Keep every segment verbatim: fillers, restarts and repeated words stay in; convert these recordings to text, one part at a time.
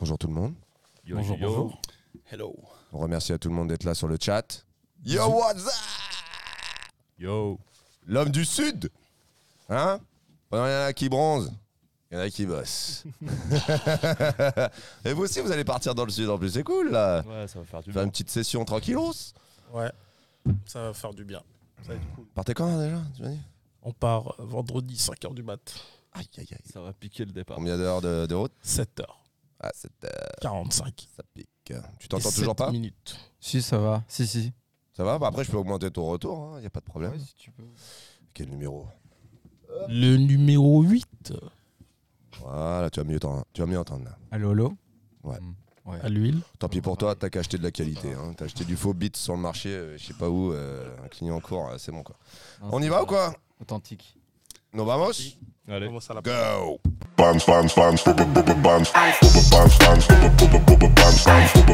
Bonjour tout le monde. Yo, bonjour, yo. bonjour. Hello. On remercie à tout le monde d'être là sur le chat. Yo, what's up? Yo. L'homme du Sud. Hein? Pendant il y en a qui bronzent, il y en a qui bossent. Et vous aussi, vous allez partir dans le Sud en plus, c'est cool là. Ouais, ça va faire du Faire bien. une petite session tranquillos. Ouais, ça va faire du bien. Ça va être cool. Partez quand déjà, tu m'as dit? On part vendredi cinq heures du mat. Aïe, aïe, aïe. Ça va piquer le départ. Combien d'heures de, de route? sept heures Ah, c'est, euh, quarante-cinq. ça pique. Tu t'entends Et toujours sept pas? minutes. Si, ça va. Si, si. Ça va? Bah après, je peux augmenter ton retour, il n'y a pas de problème. Ouais, si tu peux. Quel numéro? Le numéro huit, Voilà, tu vas mieux, t'en- tu vas mieux entendre là. Allô, allô. Ouais. Mm. Ouais. à l'huile. Tant pis pour toi, t'as qu'à acheter de la qualité. Hein. T'as acheté du faux beat sur le marché, euh, je sais pas où, euh, un client en cours, euh, c'est bon quoi. Non, On y c'est va ou quoi? Authentique. Nos vamos? Allez. Comment ça la Go! Bounce, bounce, bounce, bounce, bounce, bounce, bounce, bounce, bounce, bounce,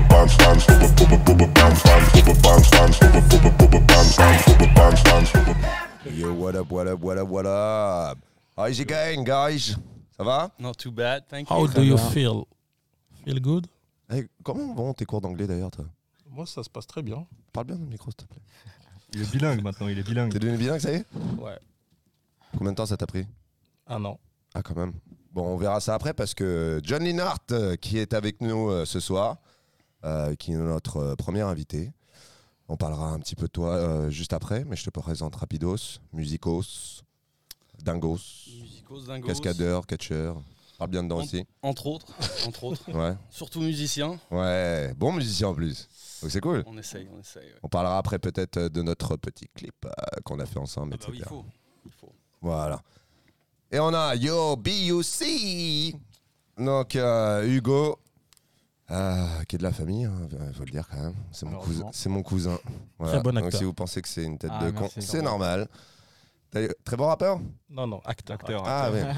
bounce, bounce. Yo, what up, what up, what up, what up? How's it going, guys? Ça va? Not too bad, thank you. How do you bien. feel? Feel good? Hey, comment vont tes cours d'anglais d'ailleurs, toi? Moi, ça se passe très bien. Parle bien dans le micro, s'il te plaît. Il est bilingue maintenant, il est bilingue. T'es devenu bilingue, ça y est? Ouais, Combien de temps ça t'a pris? un an. Ah, quand même. Bon, on verra ça après parce que John Linhart, euh, qui est avec nous euh, ce soir, euh, qui est notre euh, premier invité. On parlera un petit peu de toi euh, juste après, mais je te présente rapidos, musicos, dingos, Musicos, dingos, cascadeur, catcheur. Parle bien dedans En- aussi. entre autres, entre autres, Ouais, surtout musicien. ouais, bon musicien en plus. Donc c'est cool. On essaye, on essaye. Ouais. On parlera après peut-être de notre petit clip euh, qu'on a fait ensemble, Ah bah oui, il et cetera. faut, il faut. Voilà. Et on a Yo B U C. Donc euh, Hugo, euh, qui est de la famille, il faut le dire quand même. C'est mon cousin. Malheureusement. C'est mon cousin. Voilà. Très bon Donc acteur. si vous pensez que c'est une tête Ah, de con, merci, c'est pardon. normal. T'as- Très bon rappeur. Non, non, acteur. Acteur. Ah ouais.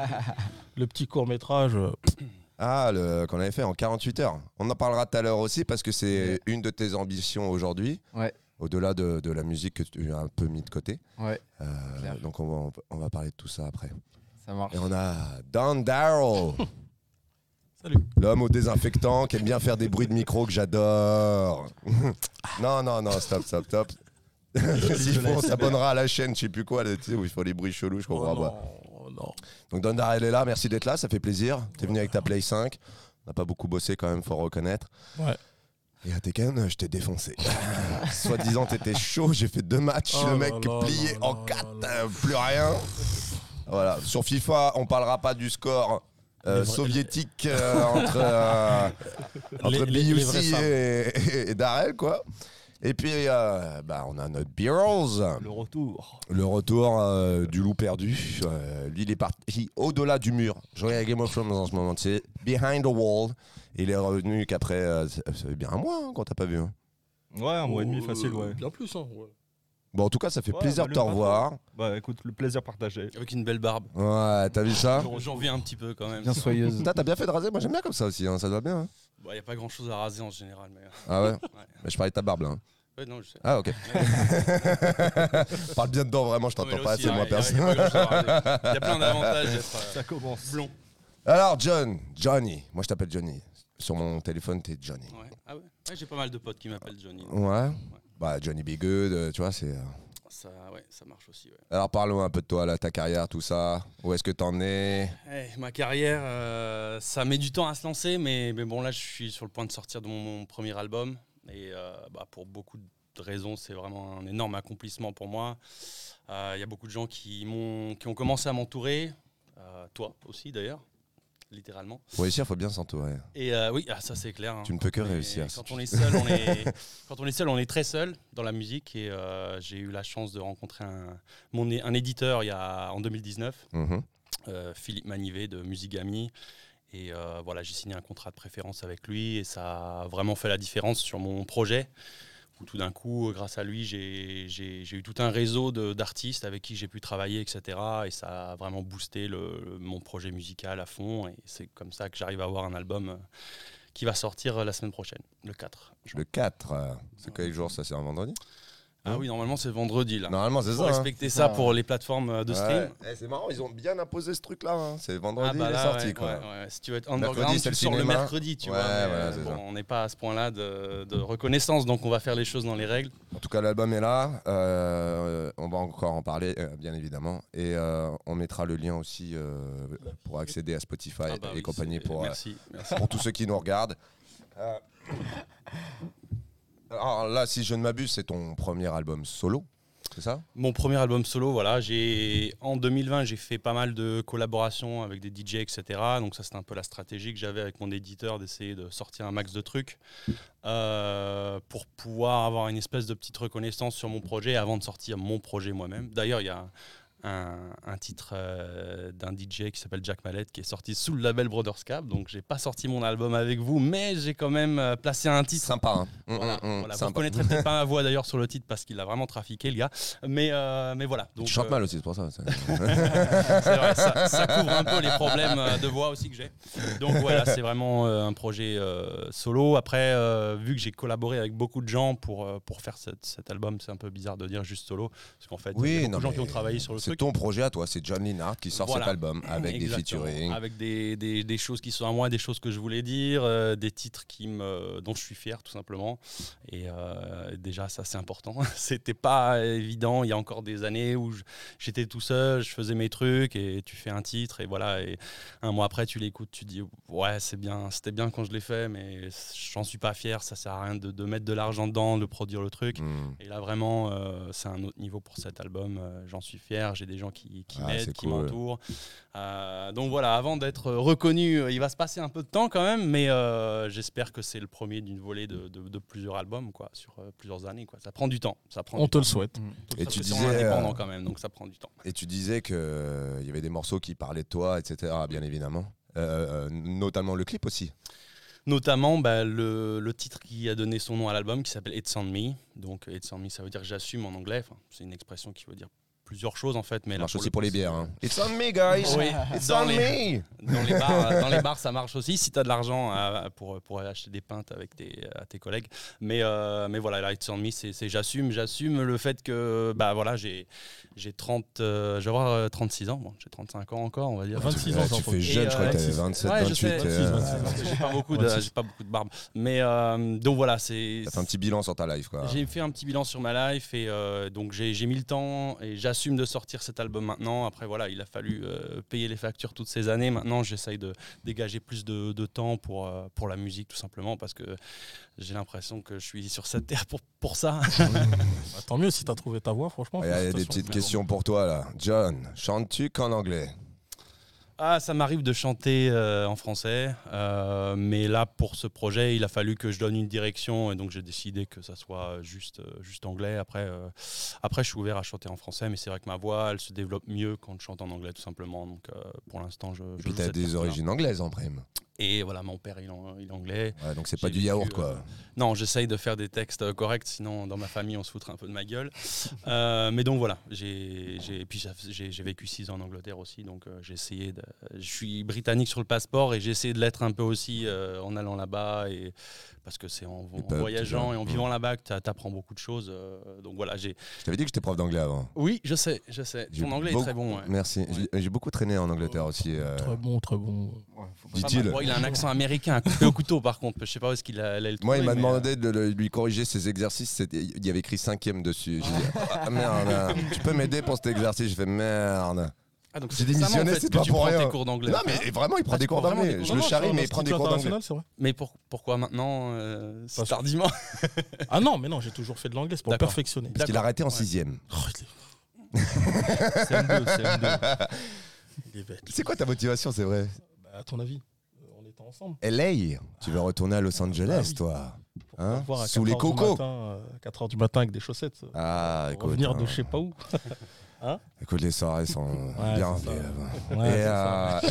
Le petit court-métrage, euh, Ah, le, qu'on avait fait en quarante-huit heures. On en parlera tout à l'heure aussi parce que c'est une de tes ambitions aujourd'hui. Ouais. Au-delà de, de la musique que tu as un peu mis de côté. Ouais, Euh, Clair. donc on va, on va parler de tout ça après. ça marche. Et on a Don Darrell. Salut. L'homme au désinfectant qui aime bien faire des bruits de micro que j'adore. non, non, non, stop, stop, stop. S'il faut, on s'abonnera à la chaîne, je sais plus quoi, là, tu sais, où il faut les bruits chelous, je comprends oh pas. non, oh non. Donc Don Darrell est là, merci d'être là, ça fait plaisir. T'es venu avec ta Play cinq. On n'a pas beaucoup bossé quand même, faut reconnaître. Ouais. Et à Tekken, je t'ai défoncé. Soit disant, t'étais chaud, j'ai fait deux matchs, Oh le là mec là plié là en là quatre, là euh, plus rien. Voilà. Sur FIFA, on parlera pas du score euh, Les vrais- soviétique euh, entre, euh, entre Les- les- les vrais B U C et, et, et Darrell, quoi. Et puis, euh, bah, on a notre Beatles, Le retour. le retour euh, du loup perdu. Euh, lui, il est parti au-delà du mur. Je regarde Game of Thrones en ce moment, c'est Behind the Wall. Il est revenu qu'après, euh, ça ça fait bien un mois hein, qu'on t'a pas vu. hein. Ouais, un mois et demi Oh, facile, ouais. Bien plus, hein. Ouais. Bon, en tout cas, ça fait Ouais, plaisir bah, de le te patron. revoir. Bah écoute, le plaisir partagé. Avec une belle barbe. Ouais, t'as vu ça? J'en- J'en viens un petit peu quand même. Bien soyeuse. Putain, t'as bien fait de raser. Moi, j'aime bien comme ça aussi. hein, Ça doit bien. hein. Il n'y a pas grand chose à raser en général. Mais... Ah ouais? Ouais. Mais je parlais de ta barbe là. hein. Ouais, non, je sais. Ah, ok. Parle bien dedans, vraiment, je Non, mais t'entends là pas aussi, assez, il y a- moi, il y a- perso. il y a pas grand-chose à raser. Il y a plein d'avantages d'être euh, Ça commence. blond. Alors, John, Johnny. Moi, je t'appelle Johnny. Sur mon téléphone, t'es Johnny. Ouais. Ah ouais. Ouais, j'ai pas mal de potes qui m'appellent Johnny. Ouais. Bah, Johnny Be Good, euh, tu vois, c'est. euh. Ça, ouais, ça marche aussi. Ouais. Alors, parlons un peu de toi, là, ta carrière, tout ça. Où est-ce que t'en es? Eh, ma carrière, euh, ça met du temps à se lancer, mais, mais bon, là, je suis sur le point de sortir de mon, mon premier album. Et euh, bah, pour beaucoup de raisons, c'est vraiment un énorme accomplissement pour moi. Il euh, y a beaucoup de gens qui, m'ont, qui ont commencé à m'entourer. Euh, toi aussi, d'ailleurs, littéralement. Pour réussir, faut bien s'entourer. Et euh, oui, ah, ça, c'est clair. hein. Tu ne peux que Mais réussir. Quand on est seul, on est, quand on est seul, on est très seul dans la musique. Et euh, j'ai eu la chance de rencontrer un, mon, é- un éditeur il y a, en deux mille dix-neuf. Mhm. Euh, Philippe Manivet de Musigami. Et euh, voilà, j'ai signé un contrat de préférence avec lui et ça a vraiment fait la différence sur mon projet. Où tout d'un coup, grâce à lui, j'ai, j'ai, j'ai eu tout un réseau de, d'artistes avec qui j'ai pu travailler, et cetera. Et ça a vraiment boosté le, le- mon projet musical à fond. Et c'est comme ça que j'arrive à avoir un album euh, qui va sortir la semaine prochaine, le quatre. Le quatre. euh, C'est quel jour ça? C'est un vendredi? Ah oui, normalement c'est vendredi là. Normalement, c'est Faut ça. hein. respecter C'est ça ça, pour les plateformes euh, de stream. Ouais. Eh, c'est marrant, ils ont bien imposé ce truc-là. hein. C'est vendredi, Ah bah il est là, sorti. ouais, quoi. ouais, ouais. Si tu veux être Mercredi, underground, c'est tu le sors le cinéma. mercredi, tu Ouais, vois. mais, voilà, euh, c'est bon, ça. on n'est pas à ce point-là de, de reconnaissance, donc on va faire les choses dans les règles. En tout cas, l'album est là. Euh, on va encore en parler, euh, bien évidemment. Et euh, on mettra le lien aussi euh, pour accéder à Spotify Ah bah et oui, compagnie c'est- pour, euh, Merci, merci. pour tous ceux qui nous regardent. Euh, Alors là, si je ne m'abuse, c'est ton premier album solo, c'est ça? Mon premier album solo, voilà, j'ai en deux mille vingt, j'ai fait pas mal de collaborations avec des D J, et cetera. Donc ça, c'était un peu la stratégie que j'avais avec mon éditeur d'essayer de sortir un max de trucs euh, pour pouvoir avoir une espèce de petite reconnaissance sur mon projet avant de sortir mon projet moi-même. D'ailleurs, il y a un, un titre euh, d'un D J qui s'appelle Jack Mallette qui est sorti sous le label Brothers Cap. Donc j'ai pas sorti mon album avec vous, mais j'ai quand même euh, placé un titre. Sympa, hein. Voilà, Hum, hum, hum, voilà. Vous sympa. reconnaîtrez peut-être pas ma voix d'ailleurs sur le titre parce qu'il a vraiment trafiqué le gars. Mais, euh, mais voilà. Donc, Tu chantes euh, mal aussi, c'est pour ça. c'est- c'est vrai, ça, ça couvre un peu les problèmes euh, de voix aussi que j'ai. Donc voilà, c'est vraiment euh, un projet euh, solo. Après, euh, vu que j'ai collaboré avec beaucoup de gens pour, euh, pour faire cette- cet album, c'est un peu bizarre de dire juste solo. Parce qu'en fait, il y a Oui, beaucoup non, de gens mais qui ont travaillé sur le c'est truc. ton projet à toi, c'est John Linhart qui sort Voilà. cet album avec Exactement. des featuring. Avec des, des, des choses qui sont à moi, des choses que je voulais dire, euh, des titres qui me, dont je suis fier tout simplement. Et euh, déjà, ça c'est important. C'était pas évident il y a encore des années où je- j'étais tout seul, je faisais mes trucs et tu fais un titre et voilà. Et un mois après, tu l'écoutes, tu dis ouais, c'est bien, c'était bien quand je l'ai fait, mais j'en suis pas fier. Ça sert à rien de, de mettre de l'argent dedans, de produire le truc. Hmm. Et là, vraiment, euh, c'est un autre niveau pour cet album. Euh, j'en suis fier. J'ai des gens qui, qui Ah, m'aident, c'est qui cool. m'entourent. Euh, donc voilà, avant d'être reconnu, euh, il va se passer un peu de temps quand même, mais euh, j'espère que c'est le premier d'une volée de, de- de plusieurs albums, quoi, sur euh, plusieurs années. Quoi. Ça prend du temps. Ça prend On du te le temps. souhaite. Et Parce tu que c'est disais, indépendant euh, quand même, donc ça prend du temps. Et tu disais qu'il y avait des morceaux qui parlaient de toi, et cetera, bien évidemment. Euh, euh, notamment le clip aussi. Notamment bah, le, le titre qui a donné son nom à l'album, qui s'appelle It's on Me. Donc It's on Me, ça veut dire j'assume en anglais. Enfin, c'est une expression qui veut dire plusieurs choses en fait. Mais Ça là, marche pour aussi le pour coup, les c'est- bières. Hein. It's on me, guys! Oui, It's dans on les- me! Dans les, bars, dans les bars, ça marche aussi si tu as de l'argent à- pour, pour aller acheter des pintes avec tes, à tes collègues. Mais, euh, mais voilà, là, It's on Me, c'est c'est j'assume. J'assume le fait que bah, voilà, j'ai j'ai trente, euh, je vais avoir euh, trente-six ans. Bon, j'ai trente-cinq ans encore, on va dire. vingt-six Ouais, ans, tu Jean-Paul. fais jeune, Et, je crois que euh, t'avais vingt-sept, Ouais, je vingt-huit. sais. euh, vingt-six, Ouais, parce que j'ai pas beaucoup de, vingt-six. j'ai pas beaucoup de barbe. Mais euh, donc voilà, c'est. T'as fait un petit bilan sur ta life, quoi. J'ai fait un petit bilan sur ma life et euh, donc j'ai j'ai mis le temps et j'assume de sortir cet album maintenant. Après voilà, il a fallu euh, payer les factures toutes ces années. Maintenant, j'essaye de dégager plus de, de temps pour, euh, pour la musique tout simplement parce que j'ai l'impression que je suis sur cette terre pour, pour ça. Bah, tant mieux si t'as trouvé ta voix, franchement. Il y a des félicitations. petites Mais questions pour toi, là. John, chantes-tu qu'en anglais? Ah, ça m'arrive de chanter euh, en français, euh, mais là pour ce projet, il a fallu que je donne une direction et donc j'ai décidé que ça soit juste, euh, juste anglais. Après, euh, après, je suis ouvert à chanter en français, mais c'est vrai que ma voix, elle se développe mieux quand je chante en anglais, tout simplement. Donc euh, pour l'instant, je. Et je puis joue t'as cette des carte-là. origines anglaises en prime. Et voilà, mon père, il, en- il est anglais. Ouais, donc c'est pas J'ai du vécu, yaourt, euh, quoi. Non, j'essaye de faire des textes euh, corrects, sinon dans ma famille, on se foutrait un peu de ma gueule. Euh, mais donc voilà, j'ai, j'ai, puis j'ai, j'ai vécu six ans en Angleterre aussi, donc euh, j'ai essayé de. Je suis britannique sur le passeport et j'ai essayé de l'être un peu aussi euh, en allant là-bas, et, parce que c'est en, en peuvent, voyageant tout ça. et en vivant là-bas que tu apprends beaucoup de choses. euh, donc voilà, j'ai. Je t'avais dit que j'étais prof d'anglais avant. Oui, je sais, je sais. J'ai Ton anglais beaucoup- est très bon. Ouais. Merci. Ouais. J'ai- J'ai beaucoup traîné en Angleterre aussi. euh, Très bon, très bon. Dit-il. Bon, il a un accent américain, à couper au couteau par contre. Je sais pas où est-ce qu'il a, allait le Moi, il trouver, m'a mais, euh, demandé de le- lui corriger ses exercices. C'était- Il y avait écrit cinquième dessus. J'ai dit, ah merde, tu peux m'aider pour cet exercice? J'ai fait merde. Ah, donc J'ai c'est récemment, démissionné, en fait, c'est que pas tu pour prends rien. tes cours d'anglais. Non, mais vraiment, il prend Ah, des tu cours prends vraiment d'anglais. des Je cours le Non, charrie, sur mais il prend des l'Institut cours d'anglais. international, c'est vrai. Mais pour- pourquoi maintenant euh, si Parce- tardivement Ah non, mais non, j'ai toujours fait de l'anglais, c'est pour D'accord. perfectionner. Parce qu'il a arrêté en Ouais. sixième. Oh, il est- C M deux, C M deux. il est bête. C'est quoi ta motivation, c'est vrai? Bah, à ton avis, euh, on était ensemble. L A, tu veux retourner à Los Angeles, Ah oui. toi? Pour Hein, pas voir à sous quatre les heures du cocos. matin, euh, quatre heures du matin avec des chaussettes. Ah, Pour écoute. revenir hein. de je sais pas où. Écoute, les soirées sont Ouais, bien c'est ça. remplies. Ouais, Et, c'est ça.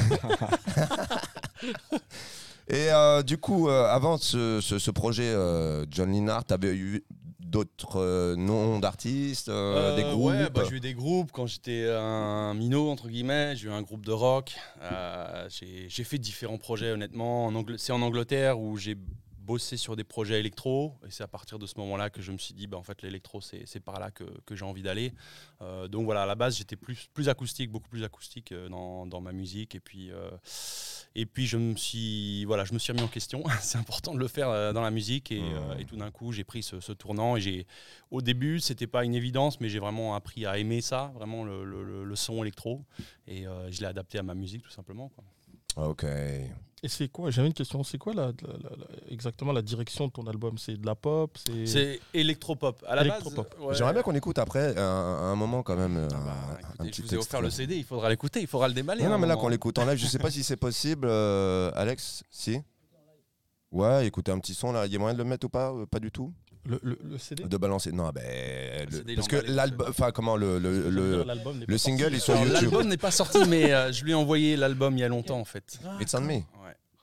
euh, Et euh, du coup, euh, avant ce, ce- ce projet, euh, John Linhart, tu avais eu d'autres euh, noms d'artistes, euh, des Euh, groupes? Ouais, bah, j'ai eu des groupes quand j'étais un minot, entre guillemets. J'ai eu un groupe de rock. Euh, j'ai j'ai fait différents projets, honnêtement. En Angl- C'est en Angleterre où j'ai bosser sur des projets électro. Et c'est à partir de ce moment-là que je me suis dit, bah, en fait, l'électro, c'est, c'est par là que, que j'ai envie d'aller. Euh, donc voilà, à la base, j'étais plus, plus acoustique, beaucoup plus acoustique euh, dans, dans ma musique. Et puis, euh, et puis je, me suis, voilà, je me suis remis en question. C'est important de le faire euh, dans la musique. Et, euh, et tout d'un coup, j'ai pris ce, ce tournant. Et j'ai, au début, c'était pas une évidence, mais j'ai vraiment appris à aimer ça, vraiment le, le, le son électro. Et euh, je l'ai adapté à ma musique, tout simplement, quoi. Ok. Et c'est quoi, j'avais une question, c'est quoi la, la- la- la- exactement la direction de ton album? C'est de la pop? C'est... C'est électropop. À la Électropop. base, ouais. J'aimerais bien qu'on écoute après, un, un moment quand même, Ah un- bah, un, écoutez, petit je vous ai offert le extrait. C D, il faudra l'écouter, il faudra le déballer. Non, à non, un mais là moment. qu'on l'écoute en live, je sais pas si c'est possible, euh, Alex, si. Ouais, écoutez un petit son là, il y a moyen de le mettre ou pas? Euh, Pas du tout. Le, le, le C D? De balancer. Non, ben. le- C D, il parce que emballé, l'album. tout Enfin, comment le. le, Ça veut le dire l'album n'est le pas single, sorti. il est sur Alors, YouTube. l'album n'est pas sorti, mais euh, je lui ai envoyé l'album il y a longtemps en fait. It's on me. Ouais.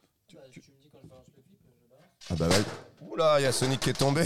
Ah bah ouais. Oula, il y a Sonic qui est tombé.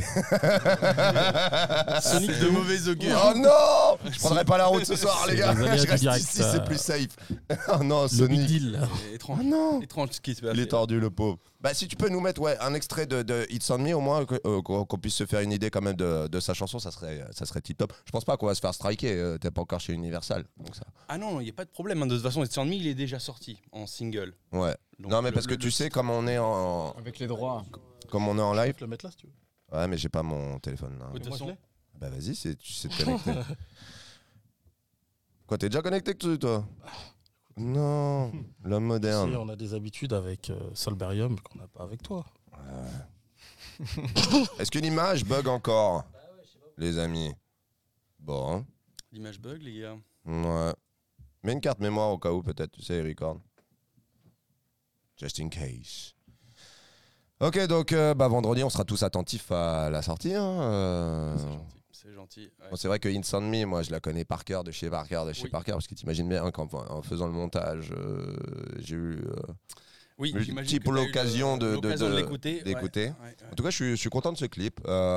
Sonic de mauvais augure. Oh non, je prendrai pas la route ce soir, les C'est gars. les aléas Je du reste direct, ici, euh, c'est plus safe. Oh non, Le big Sonic. deal. là. C'est étrange. Oh non. Étrange ce qui se passe. Il est tordu, le pauvre. Bah, si tu peux nous mettre ouais, un extrait de, de It's on Me, au moins, que- euh, qu'on qu'on puisse se faire une idée quand même de, de sa chanson, ça serait, ça serait tip top. Je pense pas qu'on va se faire striker, euh, t'es pas encore chez Universal. Donc ça. Ah non, il n'y a pas de problème. hein. De toute façon, It's on Me, il est déjà sorti en single. Ouais. Donc, non, mais le- parce que le- tu le- sais, comme on est en, Avec les droits. comme on est en Je live. peux le mettre là si tu veux. Ouais, mais j'ai pas mon téléphone là. De toute Moi, je façon, l'ai. Bah, vas-y, c'est- tu sais te connecter. Quoi, t'es déjà connecté que toi? Non, l'homme Si, moderne. on a des habitudes avec euh, Solberium qu'on n'a pas avec toi. Est-ce qu'une image bug encore, les amis? Bon, hein. l'image bug, les gars. Ouais. Mets une carte mémoire au cas où, peut-être, tu sais, il record. Just in case. Ok, donc euh, bah, vendredi, on sera tous attentifs à la sortie. Hein, euh. C'est gentil. C'est gentil. ouais. Bon, c'est vrai que It's on Me, moi, je la connais par cœur, de chez par cœur, de chez Oui. par cœur, parce que t'imagines bien hein, qu'en en faisant le montage, euh, j'ai eu euh, Oui, multiples j'imagine que t'as eu l'occasion le- de- de- l'occasion de- l'écouter. d'écouter. Ouais, ouais, En tout cas, je suis, je suis content de ce clip.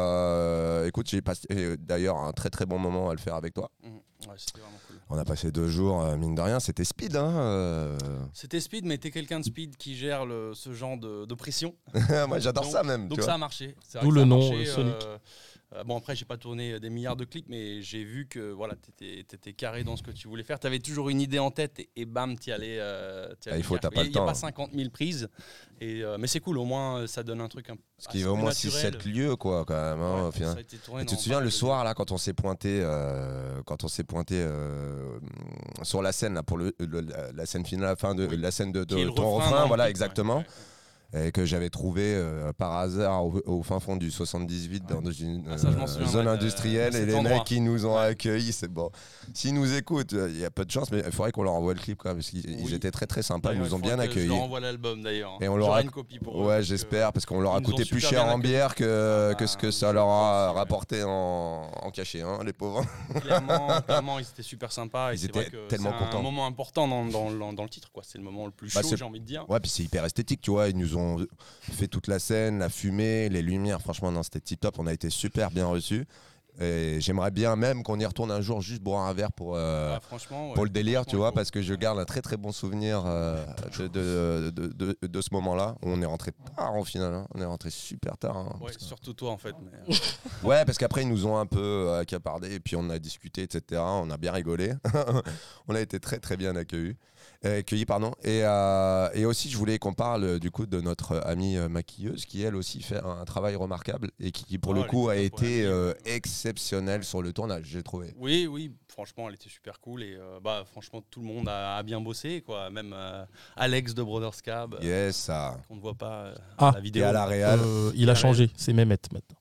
Euh, écoute, j'ai passé euh, d'ailleurs un très très bon moment à le faire avec toi. ouais. Mhm. Ouais, c'était vraiment cool. On a passé deux jours, euh, mine de rien, c'était speed. Hein, euh. C'était Speed, mais t'es quelqu'un de Speed qui gère le, ce genre de, de pression. Moi, j'adore Donc- ça même. Donc tu ça vois. a marché. C'est vrai D'où que ça le a nom, marché, euh, Sonic. euh, euh, bon après j'ai pas tourné des milliards de clips, mais j'ai vu que voilà t'étais, t'étais carré dans ce que tu voulais faire. T'avais toujours une idée en tête et, et bam t'y allais. Euh, t'y Ah, allais il faut, direct. t'as pas Il y a- le Il y a temps. pas cinquante mille prises, et, euh, mais c'est cool. Au moins euh, ça donne un truc un. Parce qu'il y assez a au plus moins six naturel. sept lieux, quoi, quand même. hein, Ouais, au final. ça a été tourné Et tu dans te souviens pas le mal de soir là quand on s'est pointé euh, quand on s'est pointé euh, sur la scène là pour le, le- la, la scène finale, la fin de Oui. la scène de, de Qui est le ton refrain refrain, dans le voilà clip, exactement, ouais, ouais. et que j'avais trouvé euh, par hasard au, au fin fond du soixante-dix-huit dans une Ah, ça, je m'en euh, souviens, zone ouais, de- industrielle de et cet les endroit. mecs qui nous ont accueillis, c'est bon. S'ils nous écoutent, il y a peu de chance, mais il faudrait qu'on leur envoie le clip quand même parce qu'ils ils Oui. étaient très très sympas, ils Ouais, nous ont faut bien que Je accueillis. leur envoie l'album d'ailleurs. Et on J'aurai leur a- une copie pour eux, Ouais, parce que- j'espère, parce qu'on leur a ils nous ont coûté plus super cher bien en accueillis. bière que, Ah, que ce que je ça leur pense a aussi, ouais. rapporté en, en cachet, hein, les pauvres. Clairement, clairement, ils étaient super sympas. Et Ils c'est étaient vrai que tellement c'est contents. un moment important dans, dans, dans, dans le titre, quoi. C'est le moment le plus Bah, chaud, c'est- j'ai envie de dire. Ouais, puis c'est hyper esthétique, tu vois. Ils nous ont fait toute la scène, la fumée, les lumières. Franchement, non, c'était tip top. On a été super bien reçus. Et j'aimerais bien même qu'on y retourne un jour juste boire un verre pour, euh, Ah, franchement, ouais. pour le délire, tu Franchement, vois, il faut- parce que je garde un très très bon souvenir euh, de, de, de, de- de ce moment-là. On est rentré tard en finale, hein. On est rentré super tard. hein, Ouais, parce que- surtout toi en fait. Mais... Ouais, parce qu'après, ils nous ont un peu euh, accapardé et puis on a discuté, et cetera. On a bien rigolé. On a été très, très bien accueillis. Euh, accueillis pardon. Et, euh, et aussi, je voulais qu'on parle euh, du coup de notre amie euh, maquilleuse qui, elle aussi, fait un travail remarquable et qui, qui, pour Oh, le elle coup, a était top, ouais, été elle est- euh, exceptionnelle sur le tournage, j'ai trouvé. Oui, oui, franchement, elle était super cool. Et euh, bah, franchement, tout le monde a, a bien bossé, quoi. Même euh, Alex de Brothers Cab, euh, Yes, ça. qu'on ne voit pas euh, Ah. à la Et vidéo. à la Réal. Euh, il a changé, c'est Mehmet maintenant.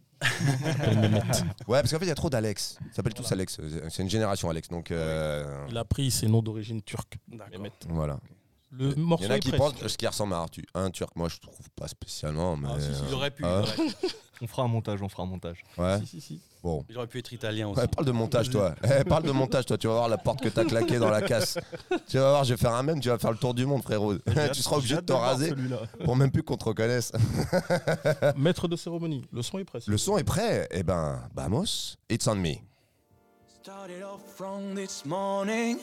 Il s'appelle Mehmet. Ouais, parce qu'en fait, il y a trop d'Alex. Ils s'appellent tous Alex. C'est une génération Alex. Donc, euh, Il a pris ses noms d'origine turque. D'accord. Mehmet. voilà. Le Il morceau y en a est qui prêt, pensent si tu veux. ce qui ressemble à un, tu- un turc. Moi, je trouve pas spécialement. Mais... Ah, si, si, Il aurait pu. Ah. il, aurait pu. On fera un montage, on fera un montage. Ouais, Si, si, si. bon. Il aurait pu être italien aussi. Ouais, parle de montage, toi. Eh, parle de montage, toi. Tu vas voir la porte que t'as claquée dans la casse. Tu vas voir, je vais faire un même, tu vas faire le tour du monde, frérot. tu seras obligé de te raser pour même plus qu'on te reconnaisse. Maître de cérémonie, le son est prêt. si Le tu son est prêt. Eh ben, vamos. It's on me. Started off from this morning.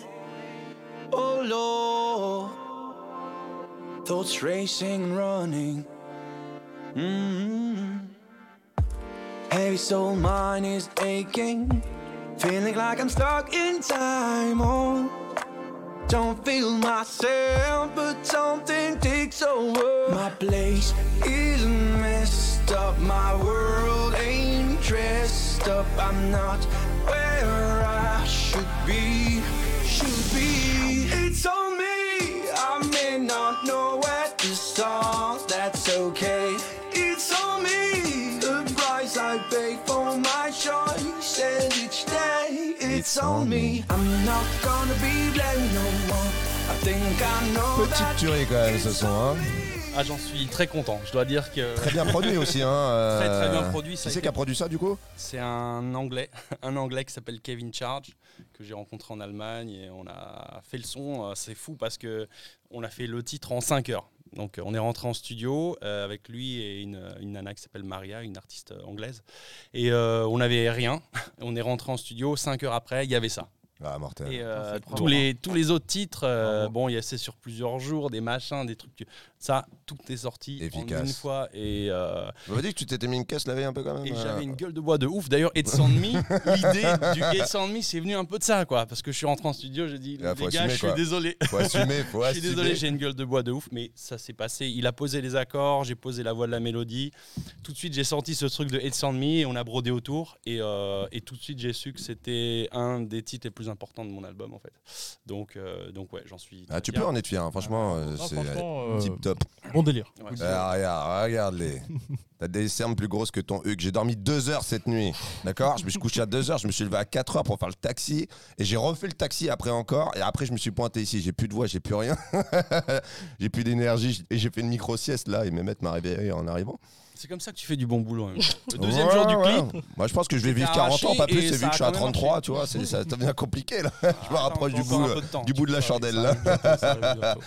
Oh Lord, thoughts racing and running. Mm-hmm. Heavy soul, mine is aching, feeling like I'm stuck in time. Oh, don't feel myself, but something takes over. My place is messed up, my world ain't dressed up. I'm not where I should be, should be. It's on me, I may not know where to start, that's okay. It's on me, the price I pay for my choice, and each day it's on me. I'm not gonna be blamed no more. I think I know that. Petite tuerie quand même ce son, hein. Ah, j'en suis très content. Je dois dire que Très bien produit aussi, hein. euh, très très bien produit. Qui Ça a c'est été- qui a produit ça du coup? C'est un anglais, un anglais qui s'appelle Kevin Charge, que j'ai rencontré en Allemagne, et on a fait le son. Euh, C'est fou parce que on a fait le titre en cinq heures. Donc euh, on est rentré en studio euh, avec lui et une, une nana qui s'appelle Maria, une artiste euh, anglaise, et euh, on n'avait rien. On est rentré en studio, cinq heures après, il y avait ça. Ah, mortel. Et euh, c'est trop tous, bon. les, tous les autres titres, euh, Bravo. bon, il y a c'est sur plusieurs jours, des machins, des trucs. Ça, tout est sorti Efficace. en une fois. Et, euh, On m'a dit que tu t'étais mis une caisse la veille un peu quand même. et euh. j'avais une gueule de bois de ouf. D'ailleurs, It's on Me, l'idée du It's on Me, c'est venu un peu de ça, quoi. Parce que je suis rentré en studio, j'ai dit, Ah, les faut gars, assumer, je suis quoi. désolé. Faut assumer, faut Je assumer. suis désolé, j'ai une gueule de bois de ouf, mais ça s'est passé. Il a posé les accords, j'ai posé la voix de la mélodie. Tout de suite, j'ai senti ce truc de It's on Me et on a brodé autour. Et, euh, et tout de suite, j'ai su que c'était un des titres les plus importants de mon album, en fait. Donc, euh, donc ouais, j'en suis. Ah, très tu fier. peux en être fier, hein. Franchement, euh, Non, c'est franchement, euh, tip top. bon délire. Ouais. Ah, regarde, regarde-les. T'as des cernes plus grosses que ton Hugues. J'ai dormi deux heures cette nuit. D'accord? Je me suis couché à deux heures, je me suis levé à quatre heures pour faire le taxi. Et j'ai refait le taxi après encore. Et après, je me suis pointé ici. J'ai plus de voix, j'ai plus rien. J'ai plus d'énergie. Et j'ai fait une micro-sieste là. Et mes maîtres m'a réveillé en arrivant. C'est comme ça que tu fais du bon boulot. Hein. Le deuxième jour du Ouais, clip, ouais. Moi, je pense que je vais T'es vivre quarante ans, pas arraché plus. et C'est vu ça que je suis a à quand même trente-trois, marché. tu vois. c'est- Ça, ça devient compliqué là. ah, Je me rapproche attends, du encore bout, un peu de temps. du bout de la Ça arrive, chandelle ça là. arrive bientôt, ça arrive bientôt.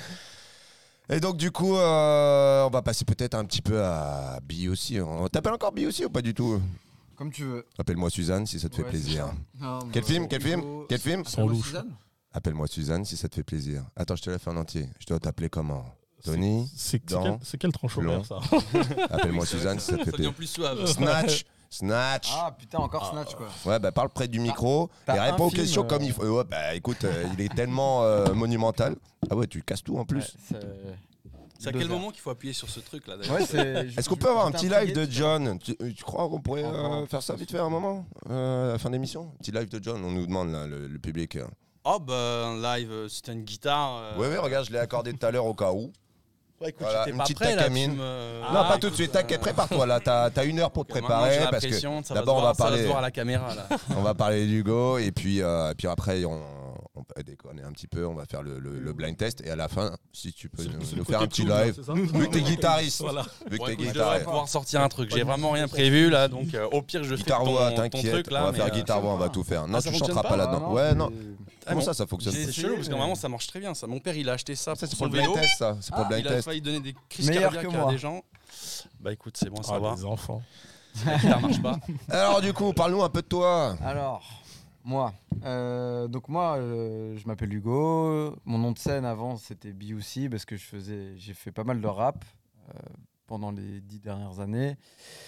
Et donc, du coup, euh, on va passer peut-être un petit peu à B aussi. On t'appelle encore B aussi ou pas du tout? Comme tu veux. Appelle-moi Suzanne si ça te fait Ouais, plaisir. c'est ça. Non, Quel bah, film Quel film Hugo- Quel film Sans louche. Suzanne Appelle-moi Suzanne si ça te fait plaisir. Attends, je te la fais en entier. Je dois t'appeler comment? Tony? C'est c'est Dans quel, c'est quel tranche Long. horaire ça? Appelle-moi Suzanne si ça te fait Ça devient plaisir. plus suave. Snatch Snatch Ah putain, encore Snatch quoi. Ouais, bah parle près du micro t'as et un réponds aux film, questions euh, comme il faut. Ouais, bah écoute, euh, il est tellement euh, monumental. Ah ouais, tu casses tout en plus. Ouais, c'est- C'est à Deux quel heures. moment qu'il faut appuyer sur ce truc là d'ailleurs Ouais, c'est- Est-ce qu'on je- peut avoir un j'étais petit live intrigué de John? tu, tu crois qu'on pourrait Encore euh, un faire ça peu vite fait à un moment euh, À la fin d'émission? Petit live de John, on nous demande là, le, le public. euh. Oh bah un live, euh, c'était une guitare. euh, Ouais, ouais, regarde, je l'ai accordé tout à l'heure au cas où. Ouais, écoute, Voilà, j'étais une pas petite prêt là. tacamine. Tu me... non, pas Ah, tout de suite, écoute, t'inquiète, euh, prépare-toi là. T'as as une heure pour te ok, maintenant, préparer j'ai la parce que pression, ça va d'abord se on va voir- ça va se parler. voir à la caméra là. On va parler d'Hugo et puis, euh, puis après on, on peut déconner un petit peu, on va faire le, le- le blind test et à la fin, si tu peux C'est- nous, c'est nous le faire un côté petit cool, là, live. c'est ça Vu que t'es guitariste, Voilà. vu que Bon, t'es écoute, je devrais guitariste. pouvoir sortir un truc. J'ai vraiment rien prévu là, donc euh, au pire je fais Guitare ton, voix, ton t'inquiète, truc on là. va mais, faire euh, guitare voix, on va tout faire. Non, Ah, ça tu fonctionne chanteras pas pas là-dedans. non, Ouais, non. Ah Comment bon ça, ça fonctionne C'est pas chelou parce que normalement ça marche très bien. Ça. Mon père il a acheté ça Ça, pour c'est son pour le blind vélo. test, ça. C'est pour le Ah, blind Il a test. failli donner des crises Meilleur cardiaques que à moi. des gens. Bah écoute, c'est bon, ça Ah, va. les enfants. La guitare marche pas. Alors, du coup, parle-nous un peu de toi. Alors, moi, euh, donc moi, euh, je m'appelle Hugo. Mon nom de scène avant, c'était B O C parce que je faisais, j'ai fait pas mal de rap euh, pendant les dix dernières années.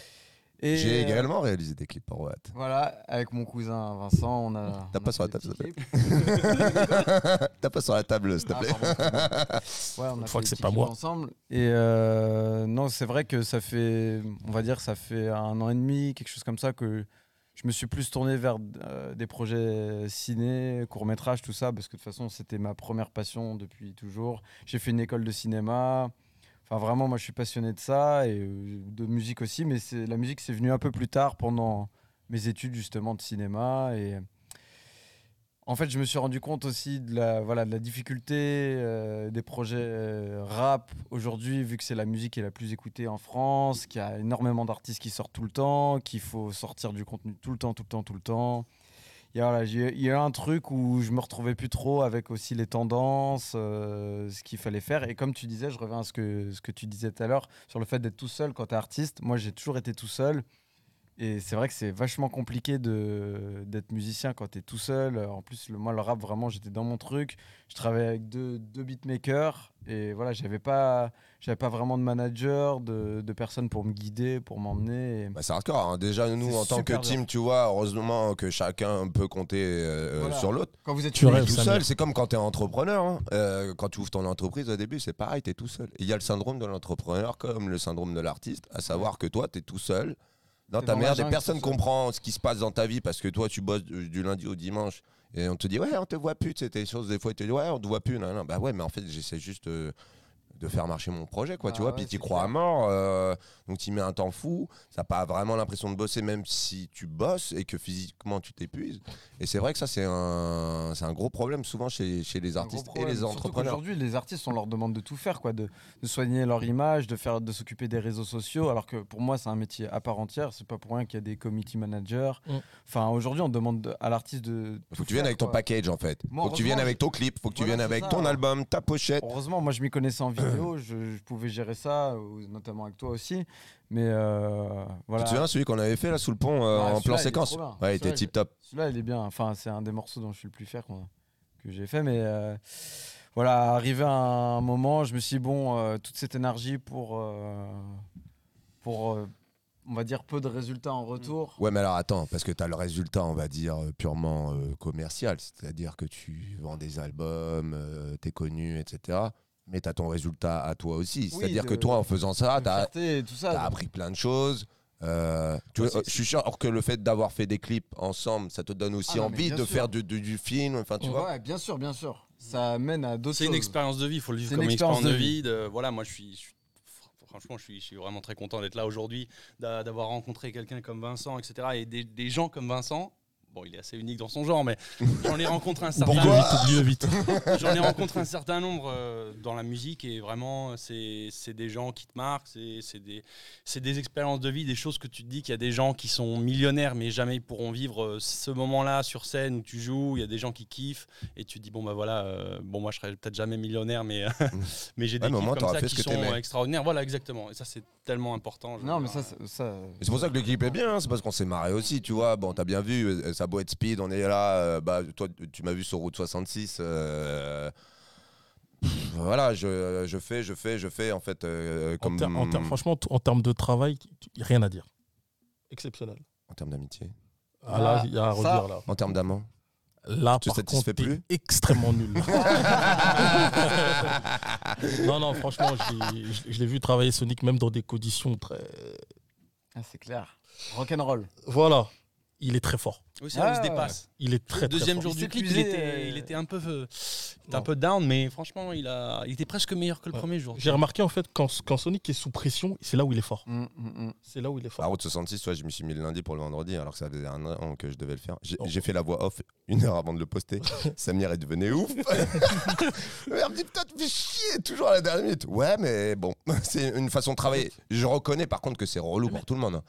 Et, J'ai euh, également réalisé des clips pour Watt. Voilà, avec mon cousin Vincent, on a. T'as on pas a sur la fait table, des s'il te petits clips. T'as pas sur la table, s'il te Ah, plaît. Ouais, on a Je crois fait que des c'est petits pas clips moi. ensemble. Et euh, non, c'est vrai que ça fait, on va dire, ça fait un an et demi, quelque chose comme ça, que je me suis plus tourné vers euh, des projets ciné, court-métrage, tout ça, parce que de toute façon, c'était ma première passion depuis toujours. J'ai fait une école de cinéma. Enfin, vraiment, moi, je suis passionné de ça et euh, de musique aussi, mais c'est, la musique, c'est venu un peu plus tard pendant mes études, justement, de cinéma. Et en fait, je me suis rendu compte aussi de la, voilà, de la difficulté euh, des projets euh, rap aujourd'hui, vu que c'est la musique qui est la plus écoutée en France, qu'il y a énormément d'artistes qui sortent tout le temps, qu'il faut sortir du contenu tout le temps, tout le temps, tout le temps. Il y a, voilà, j'ai- il y a un truc où je me retrouvais plus trop avec aussi les tendances, euh, ce qu'il fallait faire. Et comme tu disais, je reviens à ce que, ce que tu disais tout à l'heure sur le fait d'être tout seul quand tu es artiste. Moi, j'ai toujours été tout seul. Et c'est vrai que c'est vachement compliqué de, d'être musicien quand t'es tout seul. En plus, le, moi, le rap, vraiment, j'étais dans mon truc. Je travaillais avec deux, deux beatmakers. Et voilà, j'avais pas, j'avais pas vraiment de manager, de, de personnes pour me guider, pour m'emmener. Et... Bah, c'est hardcore. Hein. Déjà, nous, C'est en tant que super team, dur. tu vois, heureusement que chacun peut compter euh, Voilà. sur l'autre. Quand vous êtes Tu Mais rêves, tout Samir. seul, c'est comme quand tu es entrepreneur. Hein. Euh, quand tu ouvres ton entreprise au début, c'est pareil, tu es tout seul. Il y a le syndrome de l'entrepreneur comme le syndrome de l'artiste, à savoir que toi, tu es tout seul dans T'es ta dans la merde et jungle personne tout seul. comprend ce qui se passe dans ta vie parce que toi, tu bosses du du lundi au dimanche et on te dit, ouais, on te voit plus. C'était des choses, des fois, tu te dis, ouais, on te voit plus. Non, non. Bah ouais, mais en fait, j'essaie juste. euh, de faire marcher mon projet, quoi, Ah tu vois, ouais, puis tu c'est crois à clair. mort, euh, donc tu mets un temps fou, ça n'a pas vraiment l'impression de bosser, même si tu bosses et que physiquement tu t'épuises. Et c'est vrai que ça, c'est un, c'est un gros problème souvent chez, chez les C'est un artistes gros et problème. les Surtout entrepreneurs. qu'aujourd'hui, les artistes, on leur demande de tout faire, quoi, de, de soigner leur image, de faire, de s'occuper des réseaux sociaux. Alors que pour moi, c'est un métier à part entière. C'est pas pour rien qu'il y a des committee managers. Mm. Enfin, aujourd'hui, on demande de- à l'artiste de. Il faut tout que tu viennes faire, avec ton quoi. package, en fait. Moi, faut que tu viennes heureusement, avec ton clip, faut que tu Voilà, viennes c'est avec ça. ton album, ta pochette. Heureusement, moi, je m'y connaissais en vidéo. je, je pouvais gérer ça, ou- notamment avec toi aussi. Mais euh, voilà. Tu te souviens celui qu'on avait fait là sous le pont euh, Ouais, en celui-là, plan il est séquence. trop bien. Ouais, il Celui-là, était il- tip top. Celui-là, il est bien. Enfin, c'est un des morceaux dont je suis le plus fier qu'on- que j'ai fait. Mais euh, voilà, arrivé à un moment, je me suis dit, bon, euh, toute cette énergie pour, euh, pour euh, on va dire, peu de résultats en retour. Ouais, mais alors attends, parce que tu as le résultat, on va dire, euh, purement euh, commercial, c'est-à-dire que tu vends des albums, euh, t'es connu, et cetera. Mais tu as ton résultat à toi aussi. Oui, C'est-à-dire de- que toi, en faisant ça, De tu as fierté et tout ça. T'as donc- appris plein de choses. Euh, tu Ouais, vois, c'est- je suis sûr que le fait d'avoir fait des clips ensemble, ça te donne aussi Ah non, mais envie bien de sûr. faire du, du- du film. Enfin, tu Ouais, vois. bien sûr, bien sûr. Ça mène à d'autres C'est une choses. expérience de vie, il faut le vivre C'est comme une une expérience expérience de de vie. de- voilà, moi je suis, je suis- franchement, je suis, je suis vraiment très content d'être là aujourd'hui, d'a- d'avoir rencontré quelqu'un comme Vincent, et cetera. Et des, des gens comme Vincent. Bon, il est assez unique dans son genre, mais j'en ai rencontré un certain Oublie-le vite, oublie-le vite. J'en ai rencontré un certain nombre euh, dans la musique et vraiment, c'est c'est des gens qui te marquent, c'est c'est des, c'est des expériences de vie, des choses que tu te dis qu'il y a des gens qui sont millionnaires mais jamais ils pourront vivre euh, ce moment-là sur scène où tu joues, il y a des gens qui kiffent et tu te dis bon bah voilà, euh, bon moi je serai peut-être jamais millionnaire mais, mais j'ai des Ouais, mais au kiffs moins, comme t'auras ça fait qui ce que sont t'aimais. euh, extraordinaires, voilà exactement et ça c'est tellement important. je Non, veux mais dire, ça, c'est- ça. Et c'est pour ça que le clip est bien, hein, c'est parce qu'on s'est marré aussi, tu vois. Bon, t'as bien vu, euh, ça a beau être speed, on est là. euh, bah, toi, tu m'as vu sur Route soixante-six. euh, pff, voilà, je, je fais, je fais, je fais, en fait. euh, En comme, ter- en ter- franchement, t- en termes de travail, y- rien à dire. Exceptionnel. en termes d'amitié. Ah, là, Ah, il y a à ça- redire là. En termes d'amant. Là, te par satisfais contre, t'es plus extrêmement nul. non, non, franchement, j'ai- je je l'ai vu travailler Sonic même dans des conditions très. Ah, c'est clair. Rock'n'roll. Voilà, il est très fort. oui, c'est là où il se Ah, dépasse. Il est très, Le très deuxième fort. jour Il du s'est clip, il épuisé, était, euh, il était un peu, euh, il était Non. un peu down, mais franchement, il a, il était presque meilleur que le Ouais. premier jour. J'ai remarqué en fait quand, quand Sonic est sous pression, c'est là où il est fort. Mm, mm, mm. C'est là où il est À fort. Route soixante-six, ouais, je me suis mis le lundi pour le vendredi, alors que ça faisait un an que je devais le faire. J'ai Oh. j'ai fait la voix off une heure avant de le poster. Samir est devenu ouf. Elle me dit putain, tu fais chier toujours à la dernière minute. Ouais, mais bon, c'est une façon de travailler. Je reconnais par contre que c'est relou pour tout le monde. hein.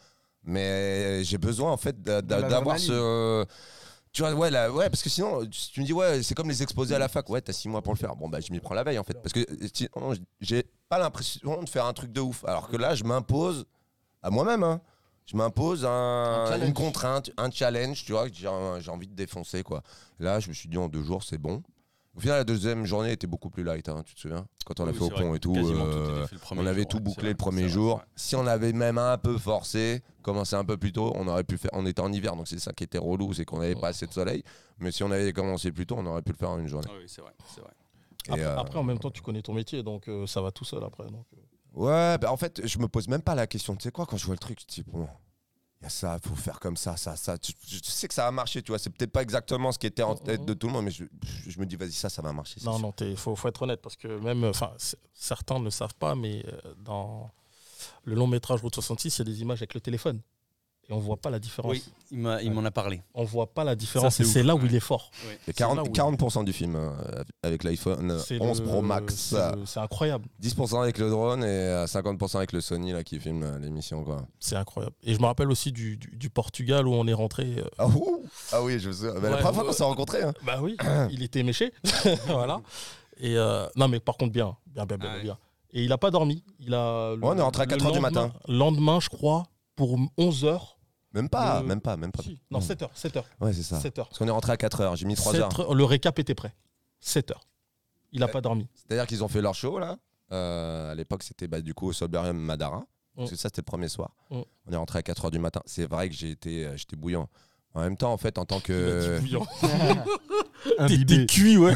Mais j'ai besoin en fait d'a- d'a- De d'avoir l'adrénaline. ce. Tu vois, ouais, là, ouais, parce que sinon, tu tu me dis, ouais, c'est comme les exposés à la fac. Ouais, t'as six mois pour le faire. Bon, bah, je m'y prends la veille en fait. Parce que sinon, j'ai pas l'impression de faire un truc de ouf. Alors que là, je m'impose à moi-même. Hein. Je m'impose un- Un challenge. une contrainte, un challenge, tu vois, que j'ai j'ai envie de défoncer, quoi. Là, je me suis dit, en deux jours, c'est bon. Au final, la deuxième journée était beaucoup plus light, hein, tu te souviens? Quand on a Oui, fait au c'est vrai. pont et tout, Quasiment tout euh, était fait le premier on avait jour, tout ouais, bouclé c'est le vrai, premier c'est vrai, jour. c'est vrai. Si on avait même un peu forcé, commencé un peu plus tôt, on aurait pu le faire. On était en hiver, donc c'est ça qui était relou, c'est qu'on n'avait pas assez de soleil. Mais si on avait commencé plus tôt, on aurait pu le faire en une journée. Ah oui, c'est vrai, c'est vrai. Et, Après, euh, après, en même temps, tu connais ton métier, donc euh, ça va tout seul après. Donc, euh. Ouais, bah en fait, je me pose même pas la question. Tu sais quoi, quand je vois le truc, je dis, bon, il y a ça, il faut faire comme ça, ça, ça. Tu, tu sais que ça va marcher, tu vois. C'est peut-être pas exactement ce qui était en tête de tout le monde, mais je, je me dis, vas-y, ça, ça va marcher. c'est Non, sûr. non, il faut, faut être honnête parce que même, enfin, c- certains ne le savent pas, mais euh, dans le long métrage Route soixante-six, il y a des images avec le téléphone et on voit pas la différence. Oui, il m'a- il m'en a parlé. On voit pas la différence c'est et c'est ouf, là où ouais. il est fort. Il y a c'est là quarante, où- quarante pour cent du film euh, avec l'iPhone C'est onze le- Pro Max, c'est le- C'est incroyable, dix pour cent avec le drone et euh, cinquante pour cent avec le Sony là, qui filme euh, l'émission. Quoi. c'est incroyable. Et je me rappelle aussi du, du, du Portugal où on est rentré. euh, Ah, ouh ah oui, je me souviens. Bah, la Ouais, première fois ouais. qu'on s'est rencontrés. Hein. Bah oui, il était méché. Voilà. Et euh, non, mais par contre, bien, bien, bien, bien, Ah ouais. bien. Et il a pas dormi. Il a. le- Ouais, on est rentré à le quatre heures du lendemain- matin. Lendemain, je crois, pour onze heures, Même pas, Le- même pas, même pas. Si. Non, sept heures. sept heures. Ouais, c'est ça. sept heures. Parce qu'on est rentré à quatre heures, j'ai mis trois heures. sept heures. Le récap était prêt. sept heures. Il n'a Ouais. pas dormi. C'est-à-dire qu'ils ont fait leur show, là. Euh, à l'époque, c'était bah, du coup au Solberium Madara. Parce Mm. que ça, c'était le premier soir. Mm. On est rentré à quatre heures du matin. C'est vrai que j'ai été, euh, j'étais bouillant. En même temps, en fait, en tant Il m'a dit que. bouillant. Imbibé. T'es cuit, ouais.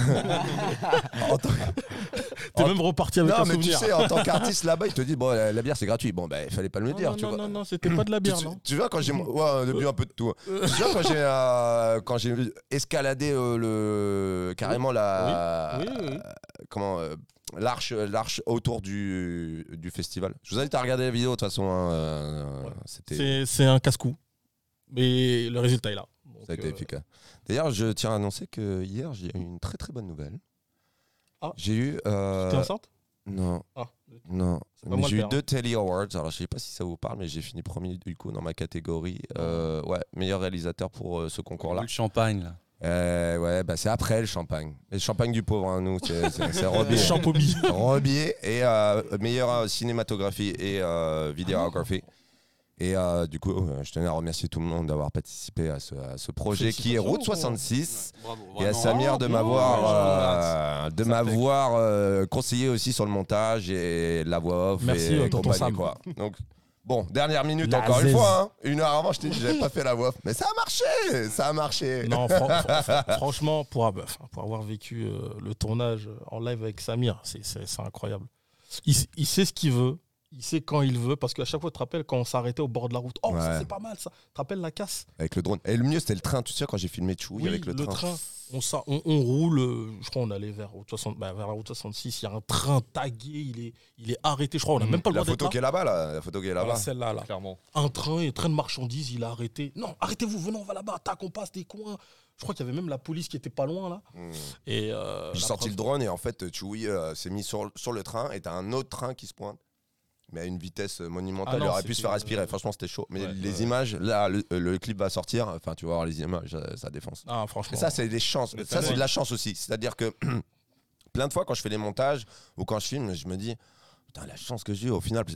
en tant- T'es en- même reparti avec Non, un mais souvenir. tu sais, en tant qu'artiste là-bas, ils te disent bon, la, la bière c'est gratuit. Bon, ben, il fallait pas le non, dire, non, tu non, vois. non, non, c'était pas de la bière, tu, non. tu vois, quand j'ai. Ouais, depuis un peu de tout. Tu vois, quand j'ai, euh, quand j'ai escaladé euh, le. Carrément la. Oui, oui, oui. Comment. euh, L'arche, l'arche autour du, du festival. Je vous invite à regarder la vidéo de toute façon. Hein, euh, Ouais. C'était. C'est, c'est un casse-cou. Mais le résultat est là. Donc, Ça a été euh, efficace. D'ailleurs, je tiens à annoncer que hier, j'ai eu une très très bonne nouvelle. Ah. J'ai eu. euh, T'es enceinte Non, Ah. non. C'est pas Mais moi j'ai le eu père, deux Telly Awards. Alors, je sais pas si ça vous parle, mais j'ai fini premier du coup dans ma catégorie. Euh, ouais, meilleur réalisateur pour euh, ce concours-là. Le champagne, là. Euh, ouais, bah c'est après le champagne. Le champagne du pauvre, hein, nous, c'est, c'est, c'est Robier. Champomy. Robier et euh, meilleure euh, cinématographie et euh, vidéographie. Et euh, du coup, euh, je tenais à remercier tout le monde d'avoir participé à ce, à ce projet qui est Route soixante-six. Bravo. Et à vraiment. Samir de Oh, m'avoir, euh, de Ça m'avoir euh, conseillé aussi sur le montage et la voix off. Merci, et euh, tonton compagnie, Sam. quoi. Donc, bon, dernière minute La encore une zèze. fois. Hein. Une heure avant, je t'ai dit que j'avais pas fait la voix off. Mais ça a marché, ça a marché. Non, fran- fran- fran- franchement, pour, av- enfin, pour avoir vécu euh, le tournage en live avec Samir, c'est, c'est, c'est incroyable. Il, s- il sait ce qu'il veut, il sait quand il veut, parce qu'à chaque fois, tu te rappelles quand on s'arrêtait au bord de la route. Oh, ça Ouais. c'est pas mal ça. Tu te rappelles la casse Avec le drone. Et le mieux, c'était le train. Tu sais, quand j'ai filmé Chouille Oui, avec le, train. On, s'a- on, on roule, euh, je crois on allait vers, route soixante, bah, vers la route soixante-six, il y a un train tagué, il est, il est arrêté, je crois, on n'a Mhm. même pas le La droit d'être photo là. qui est là-bas, là. La photo qui est Voilà, là-bas. celle-là, là. Clairement. Un train, un train de marchandises, il a arrêté. Non, arrêtez-vous, venons, on va là-bas, tac, on passe des coins. Je crois qu'il y avait même la police qui était pas loin, là. Hmm. Et euh, J'ai la sorti preuve- le drone et en fait, Chouille euh, s'est mis sur, sur le train et t'as un autre train qui se pointe. Mais à une vitesse monumentale, Ah non, il aurait pu se c'était, faire respirer. euh, Franchement, c'était chaud. Mais ouais, les ouais. images, là, le, le clip va sortir. Enfin, tu vas voir les images, ça, ça défonce. Ah, franchement. Et ça, c'est des chances. Mais Ça, ça, c'est de la chance aussi. C'est-à-dire que plein de fois, quand je fais les montages ou quand je filme, je me dis, putain, la chance que j'ai eu, au final,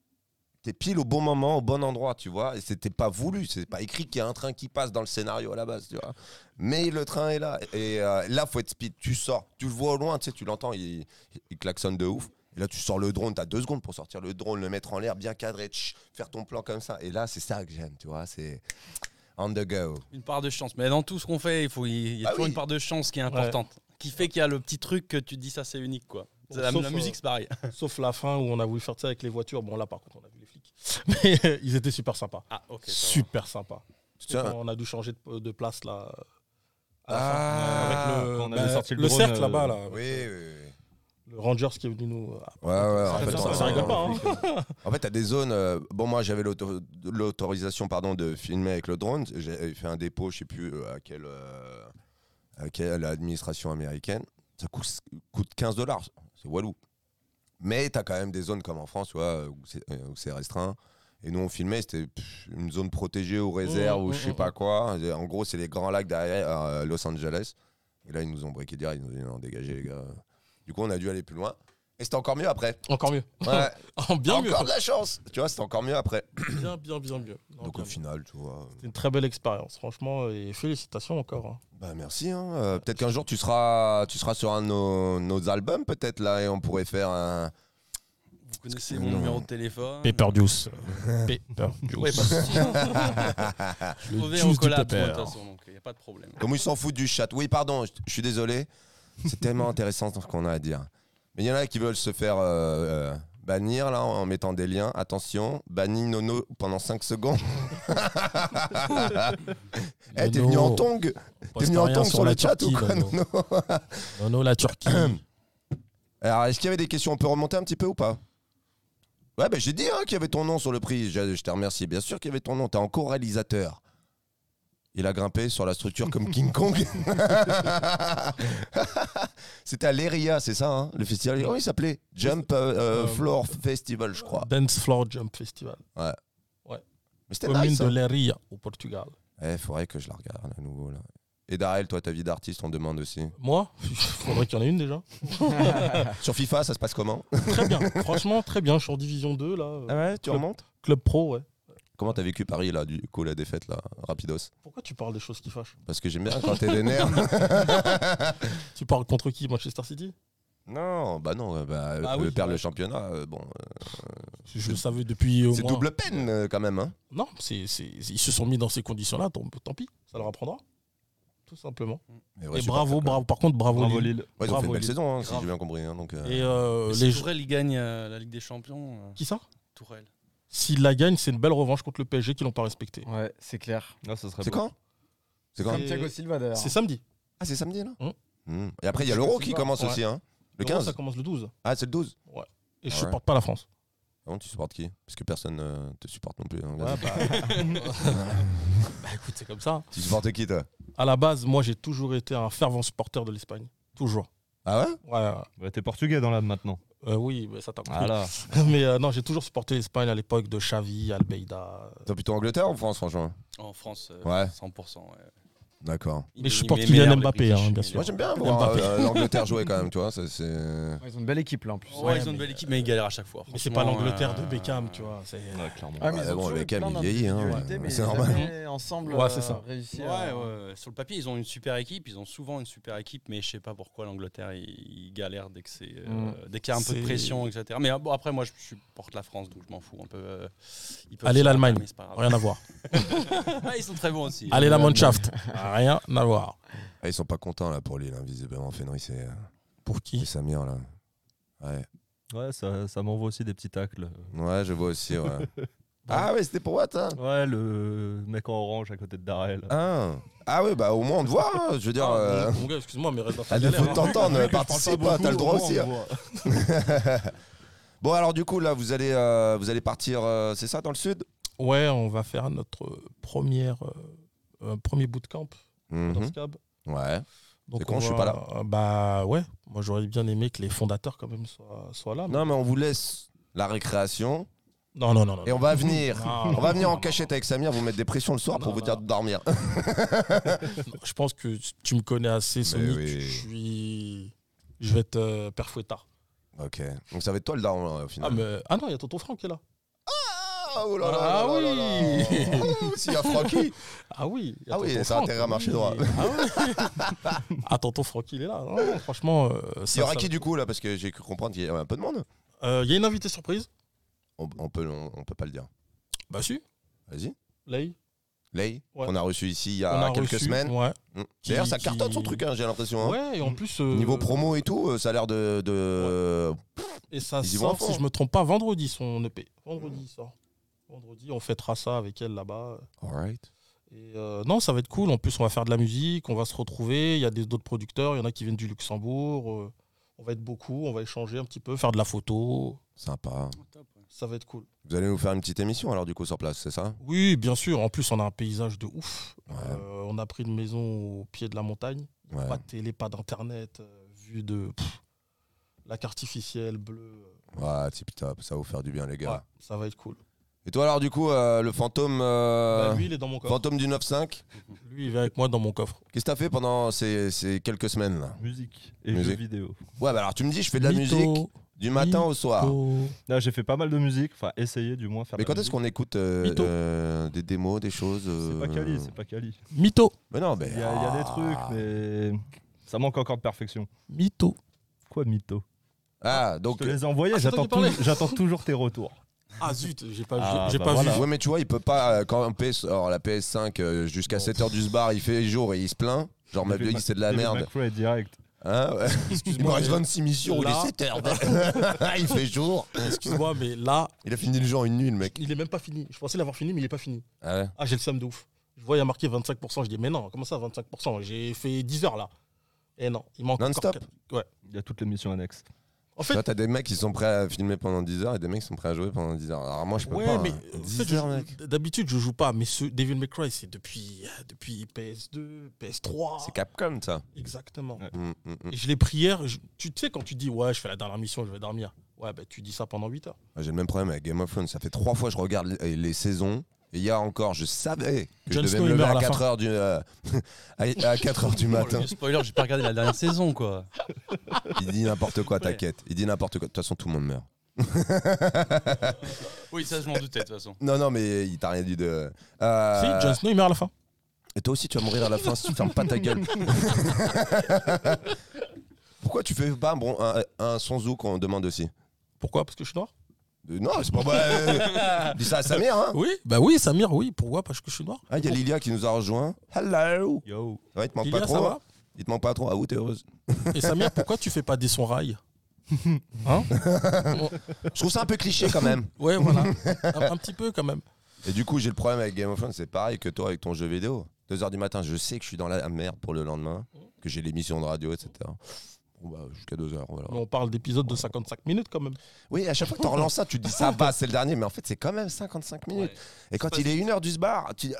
t'es pile au bon moment, au bon endroit, tu vois. Et c'était pas voulu, c'est pas écrit qu'il y a un train qui passe dans le scénario à la base, tu vois. Mais le train est là. Et euh, là, faut être speed. Tu sors, tu le vois au loin, tu sais, tu l'entends, il, il klaxonne de ouf. Et là, tu sors le drone, t'as deux secondes pour sortir le drone, le mettre en l'air, bien cadré, tch, faire ton plan comme ça. Et là, c'est ça que j'aime, tu vois. C'est on the go. Une part de chance. Mais dans tout ce qu'on fait, il, faut, il y a Ah toujours oui. une part de chance qui est importante. Qui fait qu'il y a le petit truc que tu te dis ça, c'est unique, quoi. C'est la, Sauf, la musique, euh, c'est pareil. Sauf la fin où on a voulu faire ça avec les voitures. Bon, là, par contre, on a vu les flics. Mais euh, ils étaient super sympas. Ah, ok. ça va. Super sympas. Tiens. On a dû changer de, de place, là. À la Ah, fin. Avec le, quand on avait bah, sorti le le drone, cercle euh, là-bas, là. Oui, oui, oui. Le Rangers qui est venu nous. Ouais, ouais, en Ça, fait, ça, on- ça rigole pas, hein. En fait, t'as des zones. euh, bon, moi, j'avais l'auto- l'autorisation, pardon, de filmer avec le drone. J'ai fait un dépôt, je sais plus euh, à quelle, euh, à quelle administration américaine. Ça coûte, coûte quinze dollars. C'est walou. Mais t'as quand même des zones comme en France, tu vois, où c'est euh, où c'est restreint. Et nous, on filmait, c'était pff, une zone protégée ou réserve Mmh, ou mmh, je sais mmh, pas quoi. Et en gros, c'est les grands lacs derrière euh, Los Angeles. Et là, ils nous ont briqué direct. Ils nous ont dit non, dégagez, les gars. Du coup, on a dû aller plus loin. Et c'était encore mieux après. Encore mieux. Ouais. Oh, bien mieux. Encore de la chance. Tu vois, c'était encore mieux après. Bien, bien, bien mieux. Non, Donc bien au mieux. final, tu vois. C'était une très belle expérience, franchement. Et félicitations encore. hein. Bah merci. Hein. Euh, peut-être qu'un jour tu seras, tu seras sur un de nos, nos albums, peut-être là, et on pourrait faire un. Vous connaissez mon Non. numéro de téléphone. Pepper Juice. Pepper Ouais, Juice. pas de Le Trouver juice en du collab, moi, de pepper. toute façon, donc il n'y a pas de problème. Comme ils s'en foutent du chat. Oui, pardon, je, je suis désolé. C'est tellement intéressant ce qu'on a à dire. Mais il y en a qui veulent se faire euh, euh, bannir là en mettant des liens. Attention, banni Nono pendant cinq secondes. Eh, t'es venu en tong. T'es venu en tong sur le chat ou quoi, Nono? Non, non, la Turquie. Alors, est-ce qu'il y avait des questions? On peut remonter un petit peu ou pas? Ouais, bah, j'ai dit hein, qu'il y avait ton nom sur le prix. Je, je te remercie. Bien sûr qu'il y avait ton nom. T'es en co-réalisateur. Il a grimpé sur la structure comme King Kong. C'était à l'Eria, c'est ça, hein, le festival. Comment il s'appelait? Jump euh, euh, Euh, Floor Festival, je crois. Dance Floor Jump Festival. Mais c'était Commune nice. de Hein. Leiria, au Portugal. Eh, faudrait que je la regarde à nouveau là. Et Darrell, toi, ta vie d'artiste, on demande aussi. Moi, il faudrait qu'il y en ait une déjà. Sur FIFA, ça se passe comment? Très bien. Franchement, très bien. Je suis en Division deux, là. Ah ouais, tu Club- remontes? Club Pro, ouais. Comment t'as vécu Paris, là, du coup, la défaite, là, rapidos? Pourquoi tu parles des choses qui fâchent? Parce que j'aime bien quand t'es vénère. Tu parles contre qui? Manchester City? Non, bah non, bah, Ah euh, oui, perdre ouais. le championnat, euh, bon, euh, Je le savais depuis au c'est moins... double peine, euh, quand même, hein. Non, c'est, c'est, ils se sont mis dans ces conditions-là, tant, tant pis, ça leur apprendra. Tout simplement. Mais vrai Et supporter, bravo, quoi. bravo, par contre, bravo, Bravo Lille. Lille. Ouais, ils ont Bravo, fait une belle Lille. saison, hein, si Grave. j'ai bien compris. Hein, donc, euh, Et euh, Si les... Tourelle il gagne euh, la Ligue des Champions, euh, Qui ça? Tourelle. S'ils la gagnent, c'est une belle revanche contre le P S G qu'ils n'ont pas respecté. Ouais, c'est clair. Ah, ça serait C'est beau. quand C'est quand Comme Et- Thiago Silva d'ailleurs. C'est samedi. Ah, c'est samedi, là Hum. Hum. Et après, il y a l'Euro qui commence Ouais. aussi, hein. Le L'Euro, quinze. ça commence le douze. Ah, c'est le douze. Et je Ouais. supporte pas la France. Ah bon, tu supportes qui? Parce que personne ne te supporte non plus. hein, Ouais, vas-y. bah... bah écoute, c'est comme ça. Tu supportes qui, toi? À la base, moi, j'ai toujours été un fervent supporter de l'Espagne. Toujours. Ah ouais? Ouais, ouais. Ouais, t'es portugais dans l'âme maintenant. Euh, oui, mais ça t'a compris. Voilà. Mais euh, non, j'ai toujours supporté l'Espagne à l'époque de Xavi, Almeida. T'es plutôt Angleterre ou France, franchement? En France, euh, Ouais. cent pour cent. Ouais. D'accord. Il- Mais je il supporte met Kylian meilleur les Mbappé, British, hein, bien mais- sûr. Moi, j'aime bien voir Mbappé. euh, l'Angleterre jouer quand même, tu vois. ça, c'est... Ouais, ils ont une belle équipe là en plus. Ouais, Ouais, ils ont une mais- belle équipe, mais ils galèrent à chaque fois. Mais c'est pas Franchement, l'Angleterre euh, de Beckham, tu vois. C'est... Ouais, clairement. Ah, mais Ouais, ils ont bon, toujours avec eu Cam, plein il vieillit, hein, d'individualités, ouais. mais C'est ils ont normal. jamais ensemble Ouais, c'est ça. euh, réussi Ouais, à- ouais, sur le papier, ils ont une super équipe, ils ont souvent une super équipe, mais je sais pas pourquoi l'Angleterre ils, ils galèrent dès que c'est euh, Mm. dès qu'il y a un peu de C'est- pression, et cetera. Mais euh, bon, après moi je supporte la France, donc je m'en fous un peu. euh, ils peuvent Allez se l'Allemagne, renfermer, c'est pas grave. rien à voir. Ah, ils sont très bons aussi. Allez la Mannschaft, rien à voir. Ah, ils sont pas contents là pour Lille, hein, visiblement. Fenris et, euh, Pour et qui? Samir là. Ouais. Ouais, ça, ça m'envoie aussi des petits tacles. Ouais, je vois aussi, ouais. Ah ouais, c'était pour what, hein? Ouais, le mec en orange à côté de Darrell. Ah. Ah ouais, bah au moins on te voit, hein, je veux dire. Ah, euh, mon, mon gars, excuse-moi, mais reste dans ta À galère. défaut de hein. t'entendre, participe pas, t'as le droit aussi. hein. Bon, alors du coup, là, vous allez, euh, vous allez partir, euh, c'est ça, dans le sud? Ouais, on va faire notre première, euh, euh, premier bootcamp Mhm. dans ce cab. Ouais. Donc C'est con, on je suis va- pas là. euh, Bah ouais, moi j'aurais bien aimé que les fondateurs quand même soient, soient là. mais- Non, mais on vous laisse la récréation Non, non, non. non et on va venir. Non, On va venir en non, cachette avec Samir, vous mettre des pressions le soir pour Non, vous non. dire de dormir. non. Je pense que tu me connais assez, Sonic. oui. Je suis. Je vais être euh, père fouettard. Ok. Donc ça va être toi le daron, là, au Ah, final. mais... ah non, il y a Tonton Franck qui est là. Ah, oh là là Ah là là là oui. là. Oh, s'il y a Francky. Ah oui. il y a Ah oui, Tonton ça a Franck, intérêt à marcher oui. droit. Ah oui. Ah, Tonton Franck, il est là. Non, non, franchement. euh, Il y ça- aura ça- qui du coup là? Parce que j'ai cru comprendre qu'il y avait un peu de monde. Euh, Il y a une invitée surprise. On, on peut, on, on peut pas le dire. Bah si, Vas-y. Lay. Lay, Ouais. qu'on a reçu ici il y On a a quelques reçu, semaines. Ouais. Mm. Qui- D'ailleurs, ça qui- cartonne son truc, hein, j'ai l'impression. hein. Ouais, et en plus. euh, Niveau promo et tout, euh, ça a l'air de. de... Et ça Ils y vont à sort, fond. si je me trompe pas, vendredi son E P. Vendredi il sort. Vendredi, on fêtera ça avec elle là-bas. Alright. Et euh, non, ça va être cool. En plus, on va faire de la musique, on va se retrouver. Il y a des d'autres producteurs, il y en a qui viennent du Luxembourg. euh, on va être beaucoup, on va échanger un petit peu, faire de la photo. Sympa. Ça va être cool. Vous allez nous faire une petite émission alors du coup sur place, c'est ça? Oui, bien sûr. En plus, on a un paysage de ouf. Ouais. Euh, on a pris une maison au pied de la montagne. Ouais. Pas de télé, pas d'internet. euh, vue de pff, lac artificiel, bleu. Ouais, tip top, ça va vous faire du bien les Ouais, gars. ça va être cool. Et toi alors du coup, euh, le fantôme, euh, Bah, lui, il est dans mon coffre. fantôme du neuf cinq, Lui, il vient avec moi dans mon coffre. qu'est-ce que t'as fait pendant ces, ces quelques semaines là? Musique et Musique. jeux vidéo. Ouais, bah alors tu me dis, je fais de la Mytho, musique du matin au soir. mytho. Là, j'ai fait pas mal de musique, enfin, essayer du moins faire Mais de la quand est-ce musique. qu'on écoute euh, Mytho. euh, des démos, des choses C'est pas euh, quali, c'est pas quali. Mytho. Mais non, mais. Il y, a il y a des ah. trucs, mais ça manque encore de perfection. Mytho. Quoi, mytho? Ah, Je donc. te les ai envoyés, Ah, c'est toi j'attends qui parlais. tou- j'attends toujours tes retours. Ah zut, j'ai pas, Ah, j'ai, j'ai bah pas voilà. vu. Ouais, mais tu vois, il peut pas. euh, Quand un P S, alors la P S cinq, euh, jusqu'à Bon. sept heures du sbar, il fait jour et il se plaint. Genre, ma David vie, Mac- c'est de la David merde. McRae direct. Hein ouais. Il me Excuse-moi, reste mais- vingt-six missions, il Là- est sept heures. Il fait jour. Excuse-moi, mais là, Il a fini le jour en une nuit, le mec. il est même pas fini. Je pensais l'avoir fini, mais il est pas fini. Ah ouais. Ah, j'ai le seum de ouf. Je vois, il y a marqué vingt-cinq pour cent. Je dis, mais non, comment ça, vingt-cinq pour cent? J'ai fait dix heures là. Et non, il manque Non-stop. encore quatre- Ouais. Il y a toutes les missions annexes. En fait, Toi, t'as des mecs qui sont prêts à filmer pendant dix heures et des mecs qui sont prêts à jouer pendant dix heures. Alors moi, je peux ouais, pas. mais hein. en dix fait, je- heures, mec. d'habitude, je joue pas. Mais ce Devil May Cry, c'est depuis, depuis P S deux, P S trois. C'est Capcom, ça. Exactement. Ouais. Mm, mm, mm. Et je l'ai pris hier. je- Tu sais, quand tu dis, ouais, je fais la dernière mission, je vais dormir. Ouais, bah, tu dis ça pendant huit heures. Ah, j'ai le même problème avec Game of Thrones. Ça fait trois fois que je regarde les, les saisons. Et hier encore, je savais que Jon je devais Snow, me il lever meurt à à la quatre fin. heures du, euh, à quatre heures du matin. Spoiler, j'ai pas regardé la dernière saison quoi. Il dit n'importe quoi, t'inquiète. Il dit n'importe quoi. De toute façon, tout le monde meurt. Oui, ça, je m'en doutais de toute façon. Non, non, mais il t'a rien dit de. Euh, Si, Jon Snow, il meurt à la fin. Et toi aussi, tu vas mourir à la fin si tu fermes pas ta gueule. Pourquoi tu fais pas un, bon, un, un son zouk qu'on demande aussi? Pourquoi? Parce que je suis noir? Euh, Non, c'est pas vrai. Dis ça à Samir, hein. Oui, bah oui, Samir, oui. Pourquoi? Parce que je suis noir. Ah, il y a Lilia qui nous a rejoint. Hello. Yo. Ouais, il te manque Lilia, pas trop. ça va? Il te manque pas trop. Ah, où t'es heureuse? Et Samir, pourquoi tu fais pas des sons rails? Hein? Je trouve ça un peu cliché quand même. Ouais, voilà. Un, un petit peu quand même. Et du coup, j'ai le problème avec Game of Thrones, c'est pareil que toi avec ton jeu vidéo. deux heures du matin, je sais que je suis dans la merde pour le lendemain, que j'ai l'émission de radio, et cetera. Bon, bah, jusqu'à deux heures, voilà. Mais on parle d'épisodes de cinquante-cinq minutes quand même. Oui, à chaque fois que tu relances ça, tu te dis ça va, c'est le dernier, mais en fait, c'est quand même cinquante-cinq minutes. Ouais. Et quand C'est il pas est vite. une heure du sbar, tu dis.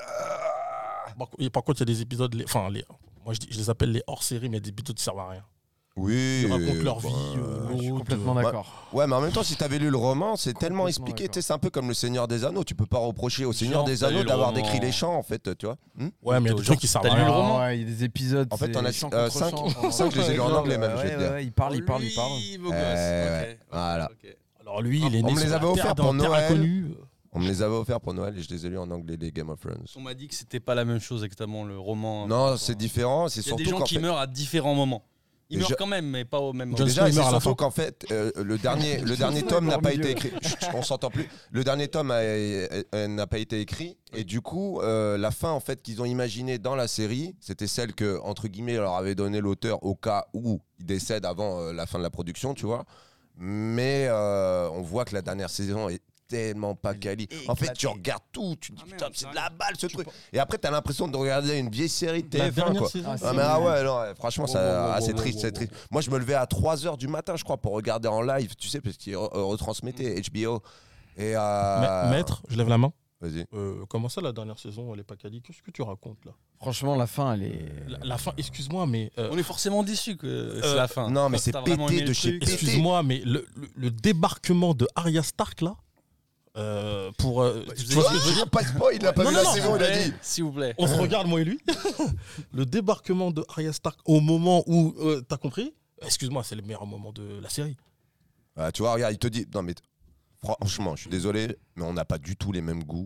Ah Par, et par contre, il y a des épisodes, les, enfin, les, moi je, dis- je les appelle les hors-série, mais des épisodes qui servent à rien. Oui. Ils racontent leur bah, vie, euh, euh, Je suis l'autre, complètement euh, d'accord. Ouais, mais en même temps, si t'avais lu le roman, c'est tellement Complètement expliqué. d'accord. Tu sais, c'est un peu comme le Seigneur des Anneaux. Tu peux pas reprocher au Seigneur Genre, des t'as lu Anneaux le d'avoir roman. décrit les chants, en fait, tu vois. Hmm Ouais, mais il y a des Genre, trucs qui servent t'as à lu le rien. roman Ouais, il y a des épisodes. En fait, c'est t'en as, chant euh, contre cinq- chant. cinq, je les ai lus en anglais, même, je vais Ouais, te dire. ouais, il parle, il parle, il parle. Lui, beau gosse. Euh, ouais, Ok. voilà. Ok. Alors lui, il est On né me sur les la avait terre offerts d'un pour terre Noël. inconnu. On me les avait offerts pour Noël et je les ai lus en anglais, les Game of Thrones. On m'a dit que c'était pas la même chose exactement, le roman. Non, c'est différent. C'est Il y a des surtout gens qu'en qui fait, meurent à différents moments. Ils Déjà- meurent quand même, mais pas au même moment. Jon déjà, Snow, il c'est meurt à la surtout fin. qu'en fait, euh, le dernier, le dernier tome n'a pas été écrit. Chut, on s'entend plus. Le dernier tome a- a- n'a pas été écrit et du coup, euh, la fin en fait qu'ils ont imaginée dans la série, c'était celle que entre guillemets leur avait donné l'auteur au cas où il décède avant euh, la fin de la production, tu vois. Mais euh, on voit que la dernière saison est tellement pas quali. En fait, tu regardes tout, tu te dis Ah, putain, merde, c'est ça de la arrive. balle ce truc. Et après, t'as l'impression de regarder une vieille série de La T F un dernière quoi. saison. Ah, Ah, c'est mais ah nul. ouais, non, ouais, franchement, Wow, ça, wow, ah, wow, c'est wow, triste, wow, c'est wow. triste. Moi, je me levais à trois heures du matin, je crois, pour regarder en live, tu sais, parce qu'ils re- euh, retransmettaient H B O. Et euh... Ma- Maître, je lève la main. Vas-y. Euh, comment ça, la dernière saison, elle est pas quali? Qu'est-ce que tu racontes là? Franchement, la fin, elle est. La, la fin, excuse-moi, mais euh, On est forcément déçus que c'est la fin. non, mais Parce c'est que t'as vraiment pété aimé de le chez truc. pété. excuse-moi, mais le, le- le débarquement de Arya Stark là, euh, pour, euh, tu vois ce que je veux dire? Pas de spoil, il a pas Non, vu non, la non, saison, il a Ouais, dit. S'il vous plaît. On se regarde moi et lui. Le débarquement de Arya Stark au moment où, euh, t'as compris? Excuse-moi, c'est le meilleur moment de la série. Ah, tu vois, regarde, il te dit. Non, mais t- franchement, je suis désolé, mais on n'a pas du tout les mêmes goûts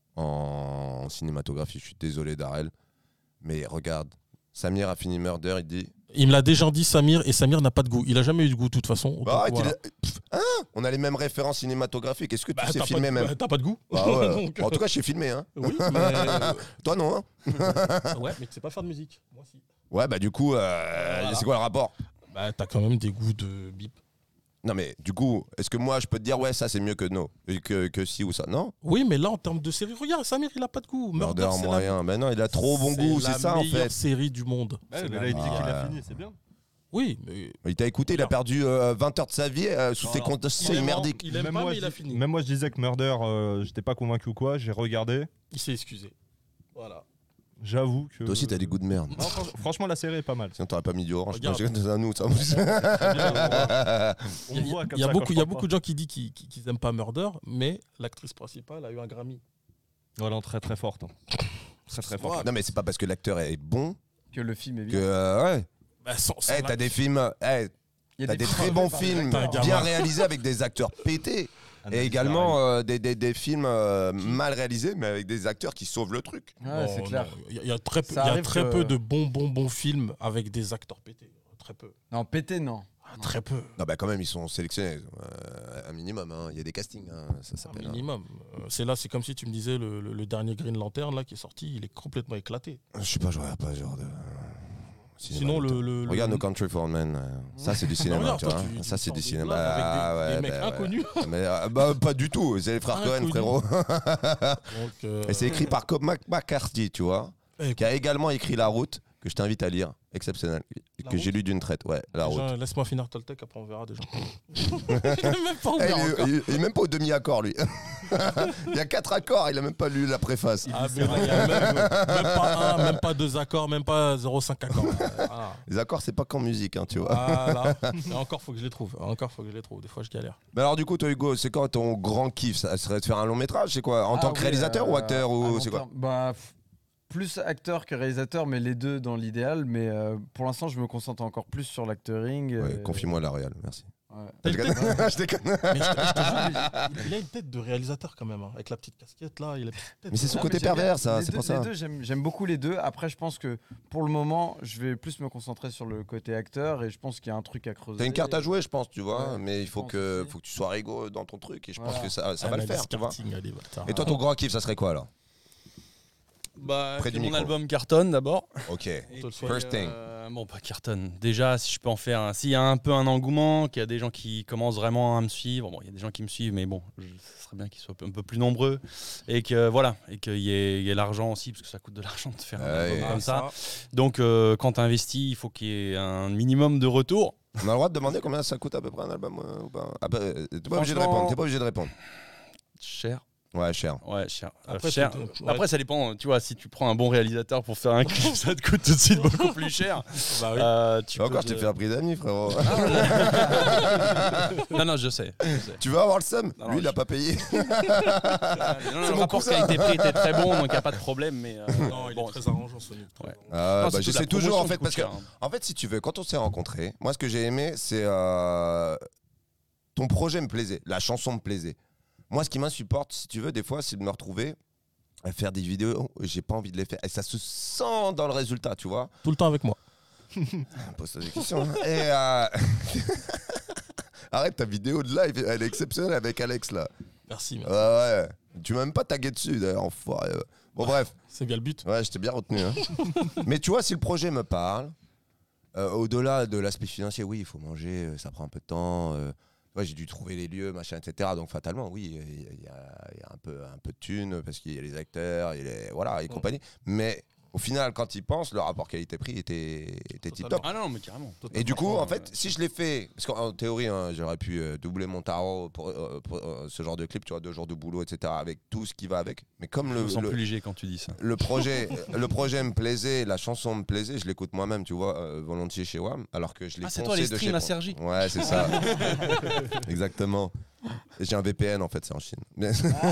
en cinématographie. Je suis désolé, Darrell. Mais regarde, Samir a fini Murder, il dit. Il me l'a déjà dit, Samir, et Samir n'a pas de goût. Il a jamais eu de goût de toute façon. Donc, Bah, arrête, voilà. il est- Pff, hein, on a les mêmes références cinématographiques. Est-ce que tu Bah, sais t'as filmer pas, même bah, t'as pas de goût. Bah ouais. Donc, En tout cas, je sais filmer. Hein. oui, mais, euh, Toi, non. Hein. ouais, mais tu sais pas faire de musique. Moi, si. Ouais, bah du coup, euh, Voilà. c'est quoi le rapport? Bah, t'as quand même des goûts de bip. Non, mais du coup, est-ce que moi, je peux te dire, ouais, ça, c'est mieux que non Et que, que si ou ça? Non. Oui, mais là, en termes de série, regarde, Samir, il a pas de goût. Murder Murder, c'est la- moyen. Ben non, il a trop bon goût, c'est ça, en la meilleure fait. série du monde. Ouais, C'est mais la- là, il dit qu'il Ah. a fini, c'est bien. Oui, mais. Il t'a écouté, il a perdu euh, vingt heures de sa vie euh, sous Non, ses non. conseils Il aime- merdiques. Il aime même, pas, moi, mais il a je, fini. même moi, je disais que Murder, euh, j'étais pas convaincu ou quoi. J'ai regardé. Il s'est excusé. Voilà. J'avoue que. Toi aussi, t'as des goûts de merde. Non, fran- franchement, la série est pas mal. Sinon, t'aurais pas mis du orange. Regarde. Moi, j'ai un nous, ça. en plus. On Il y a, voit comme il y a ça beaucoup, quand il y a je beaucoup de gens qui disent qu'ils qu'ils- qu'ils aiment pas Murder, mais l'actrice principale a eu un Grammy. Voilà, très très forte. hein. Très très forte. Non, mais c'est pas parce que l'acteur est bon Que le film est que. bien. euh, ouais. Bah, sans- sans Eh, la- t'as des films. eh, Il y a T'as des très films bons par films des acteurs. T'as un bien gamin. réalisés avec des acteurs pétés. Un Et avis également pareil. euh, des, des, des films euh, mal réalisés, mais avec des acteurs qui sauvent le truc. Ouais, Non, c'est clair. non, Il y, a- il y a très peu, Ça il y a arrive très que- peu de bons, bons, bons films avec des acteurs pétés. Très peu. Non, pété, non. Ah, très peu. Non, bah quand même, ils sont sélectionnés. euh, un minimum, hein. Il y a des castings, hein, ça Un s'appelle. hein. minimum. Euh, c'est là, c'est comme si tu me disais le, le- le dernier Green Lantern là qui est sorti, il est complètement éclaté. Je sais pas, je regarde pas ce genre de. cinéma Sinon d'auteur. le, le, Regarde le- No Country for Old Men. euh, Ça, c'est du cinéma, regarde, tu toi, vois. tu- tu Ça, c'est sors du des cinéma. blagues avec des- Ah, ouais, des mecs bah, ouais. inconnus. Mais, euh, bah, pas du tout. C'est les frères Cohen, Inconnus. frérot. Donc, euh, Et c'est écrit par Cobb Mac- McCarthy, tu vois, eh, qui a également écrit La Route, que je t'invite à lire. Exceptionnel. La Que j'ai Route lu d'une traite. Ouais, La Route. déjà, laisse-moi finir Toltec, après on verra déjà. Je l'ai même pas Eh, ouvert il, encore. est, il est- il est même pas au demi-accord, lui. Il y a quatre accords, il a même pas lu la préface. Ah, mais il y a même, même pas un, même pas deux accords, même pas zéro virgule cinq accords. Voilà. Les accords, c'est pas qu'en musique, hein, tu vois. Voilà. Et encore faut que je les trouve. Encore faut que je les trouve. Des fois je galère. Mais alors, du coup, toi, Hugo, c'est quoi ton grand kiff? Ça serait de faire un long métrage? C'est quoi? En Ah tant que oui, réalisateur euh, ou acteur à ou long c'est quoi? terme. Bah, f- plus acteur que réalisateur, mais les deux dans l'idéal. Mais euh, pour l'instant, je me concentre encore plus sur l'acteuring. Ouais, euh, confie-moi la réal, merci. Je déconne. Je déconne. Mais je te- je te jure, il, il a une tête de réalisateur quand même, hein, avec la petite casquette là. Il a une petite tête. Mais c'est son Ah, côté mais j'aime pervers, bien. ça, Les c'est deux- pour ça. Les deux, j'aime j'aime beaucoup les deux. Après, je pense que pour le moment, je vais plus me concentrer sur le côté acteur et je pense qu'il y a un truc à creuser. T'as une carte à jouer, je pense, tu vois, Ouais, mais il je faut pense que, aussi. faut que tu sois rigolo dans ton truc et je pense Voilà. que ça, ça va le Analyse faire, tu vois. karting, allez, bâtard. Et toi, ton grand kiff, ça serait quoi alors? Bah, Près que du mon micro. album cartonne d'abord. Ok. Et te le puis, souhaite. First thing. euh, bon, pas cartonne. Déjà, si je peux en faire un. S'il y a un peu un engouement, qu'il y a des gens qui commencent vraiment à me suivre, bon, il y a des gens qui me suivent, mais bon, je- ce serait bien qu'ils soient un peu plus nombreux. Et que voilà, et qu'il y ait, il y ait l'argent aussi, parce que ça coûte de l'argent de faire un Ouais. album Ah, comme ça. Donc, euh, quand tu investis, il faut qu'il y ait un minimum de retour. On a le droit de demander combien ça coûte à peu près un album euh, ou pas? Ah bah, euh, T'es pas obligé de Franchement- répondre. T'es pas obligé de répondre. Cher. Ouais, cher. Ouais, cher. Euh, Après, cher. tu- tu- ouais. Après, ça dépend. Tu vois, si tu prends un bon réalisateur pour faire un clip, ça te coûte tout de suite beaucoup plus cher. Bah oui. Euh, tu Encore, peux je t'ai te- fait un prix d'amis, frérot. Non, non, je sais. je sais. Tu veux avoir le seum? Non, Lui, non, il a je- pas payé. Non, non, le mon rapport cousin. qualité-prix était très bon, donc il n'y a pas de problème. Mais euh, Non, il bon, est très arrangeant, Sonic. Ouais. Ah, Non, bah, c'est j'essaie toute la toujours, en promotion fait, qui parce que, coûte cher, hein. en fait, si tu veux, quand on s'est rencontrés, moi, ce que j'ai aimé, c'est euh, ton projet me plaisait, la chanson me plaisait. Moi, ce qui m'insupporte, si tu veux, des fois, c'est de me retrouver à faire des vidéos, j'ai pas envie de les faire. Et ça se sent dans le résultat, tu vois. Tout le temps avec moi. Pose-toi des questions. hein. Et euh, arrête ta vidéo de live, elle est exceptionnelle avec Alex là. Merci, Ouais, merci. ouais. Tu m'as même pas tagué dessus d'ailleurs, enfoiré. Bon, bref. C'est bien le but. Ouais, je t'ai bien retenu. hein. Mais tu vois, si le projet me parle, euh, au-delà de l'aspect financier, oui, il faut manger, euh, ça prend un peu de temps. euh, ouais, j'ai dû trouver les lieux, machin, et cetera. Donc fatalement, oui, il y, a- il y a, il y a un, peu, un peu de thunes parce qu'il y a les acteurs, il y a les, voilà, et compagnie. Mais au final, quand ils pensent, le rapport qualité-prix était, était tip-top. Ah non, mais carrément. Et du coup, Franchement, en fait, si je l'ai fait, parce qu'en théorie, hein, j'aurais pu euh, doubler mon tarot pour, euh, pour, euh, ce genre de clip, tu vois, deux jours de boulot, et cetera, avec tout ce qui va avec. Mais comme Je le, me sens le, plus léger quand tu dis ça. le projet, le projet me plaisait, la chanson me plaisait, je l'écoute moi-même, tu vois, euh, volontiers chez W A M, alors que je l'ai Ah, c'est poncé toi les de chez streams à Pon- Sergi. Ouais, c'est ça. Exactement. Et j'ai un V P N en fait, c'est en Chine. Mais,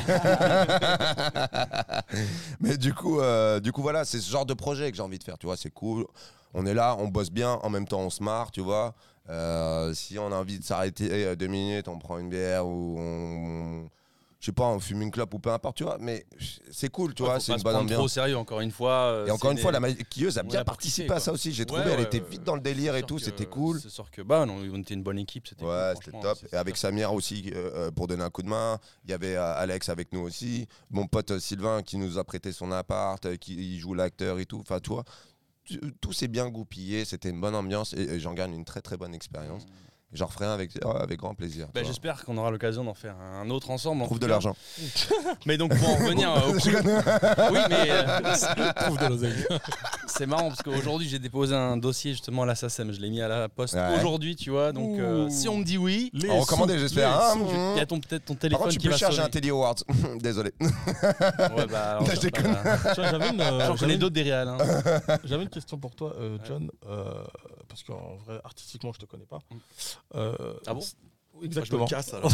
Mais du coup, euh, du coup voilà, c'est ce genre de projet que j'ai envie de faire. Tu vois, c'est cool. On est là, on bosse bien, en même temps on se marre, tu vois. Euh, si on a envie de s'arrêter euh, deux minutes, on prend une bière ou on, je sais pas, on fume une clope ou peu importe, tu vois. Mais c'est cool, tu Ouais, vois, faut c'est pas une se bonne prendre trop au ambiance. sérieux, encore une fois. euh, Et encore c'est une fois, des- la maquilleuse a on bien a participé participé, à ça quoi. aussi. J'ai Ouais, trouvé, ouais, elle était ouais, vite ouais. dans le délire et C'est tout, sûr que- c'était cool. C'est sûr que bah, non, on était une bonne équipe. C'était Ouais, cool, c'était franchement, top. c'est Et avec super. Samir aussi euh, euh, pour donner un coup de main. Il y avait euh, Alex avec nous aussi. Mon pote euh, Sylvain qui nous a prêté son appart, euh, qui il joue l'acteur et tout. Enfin, tu vois, tu- tout s'est bien goupillé. C'était une bonne ambiance et, et j'en gagne une très très bonne expérience. J'en referai un avec, ouais, avec grand plaisir. Bah, tu vois. J'espère qu'on aura l'occasion d'en faire un autre ensemble. en Trouve tout de cas. l'argent. Mais donc pour en revenir euh, au Je coup- connais. Oui, mais euh, Trouve de l'oseille. c'est marrant parce qu'aujourd'hui j'ai déposé un dossier justement à la SACEM. Je l'ai mis à la poste Ouais. aujourd'hui, tu vois. Donc euh, Ouh. si on me dit oui, Les En recommandé, sous, j'espère. les hein. sous. il y a ton peut-être ton Par téléphone contre, tu qui peux va charger sonner. un Teddy Awards. Désolé. Ouais, bah, alors, Je déconne. bah, Tu vois, J'avais une, euh, J'en j'avais connais une- d'autres des réals. hein. j'avais une question pour toi, euh, John, euh, parce qu'en vrai, artistiquement, je te connais pas. Euh, Ah bon Exactement. Je me casse alors.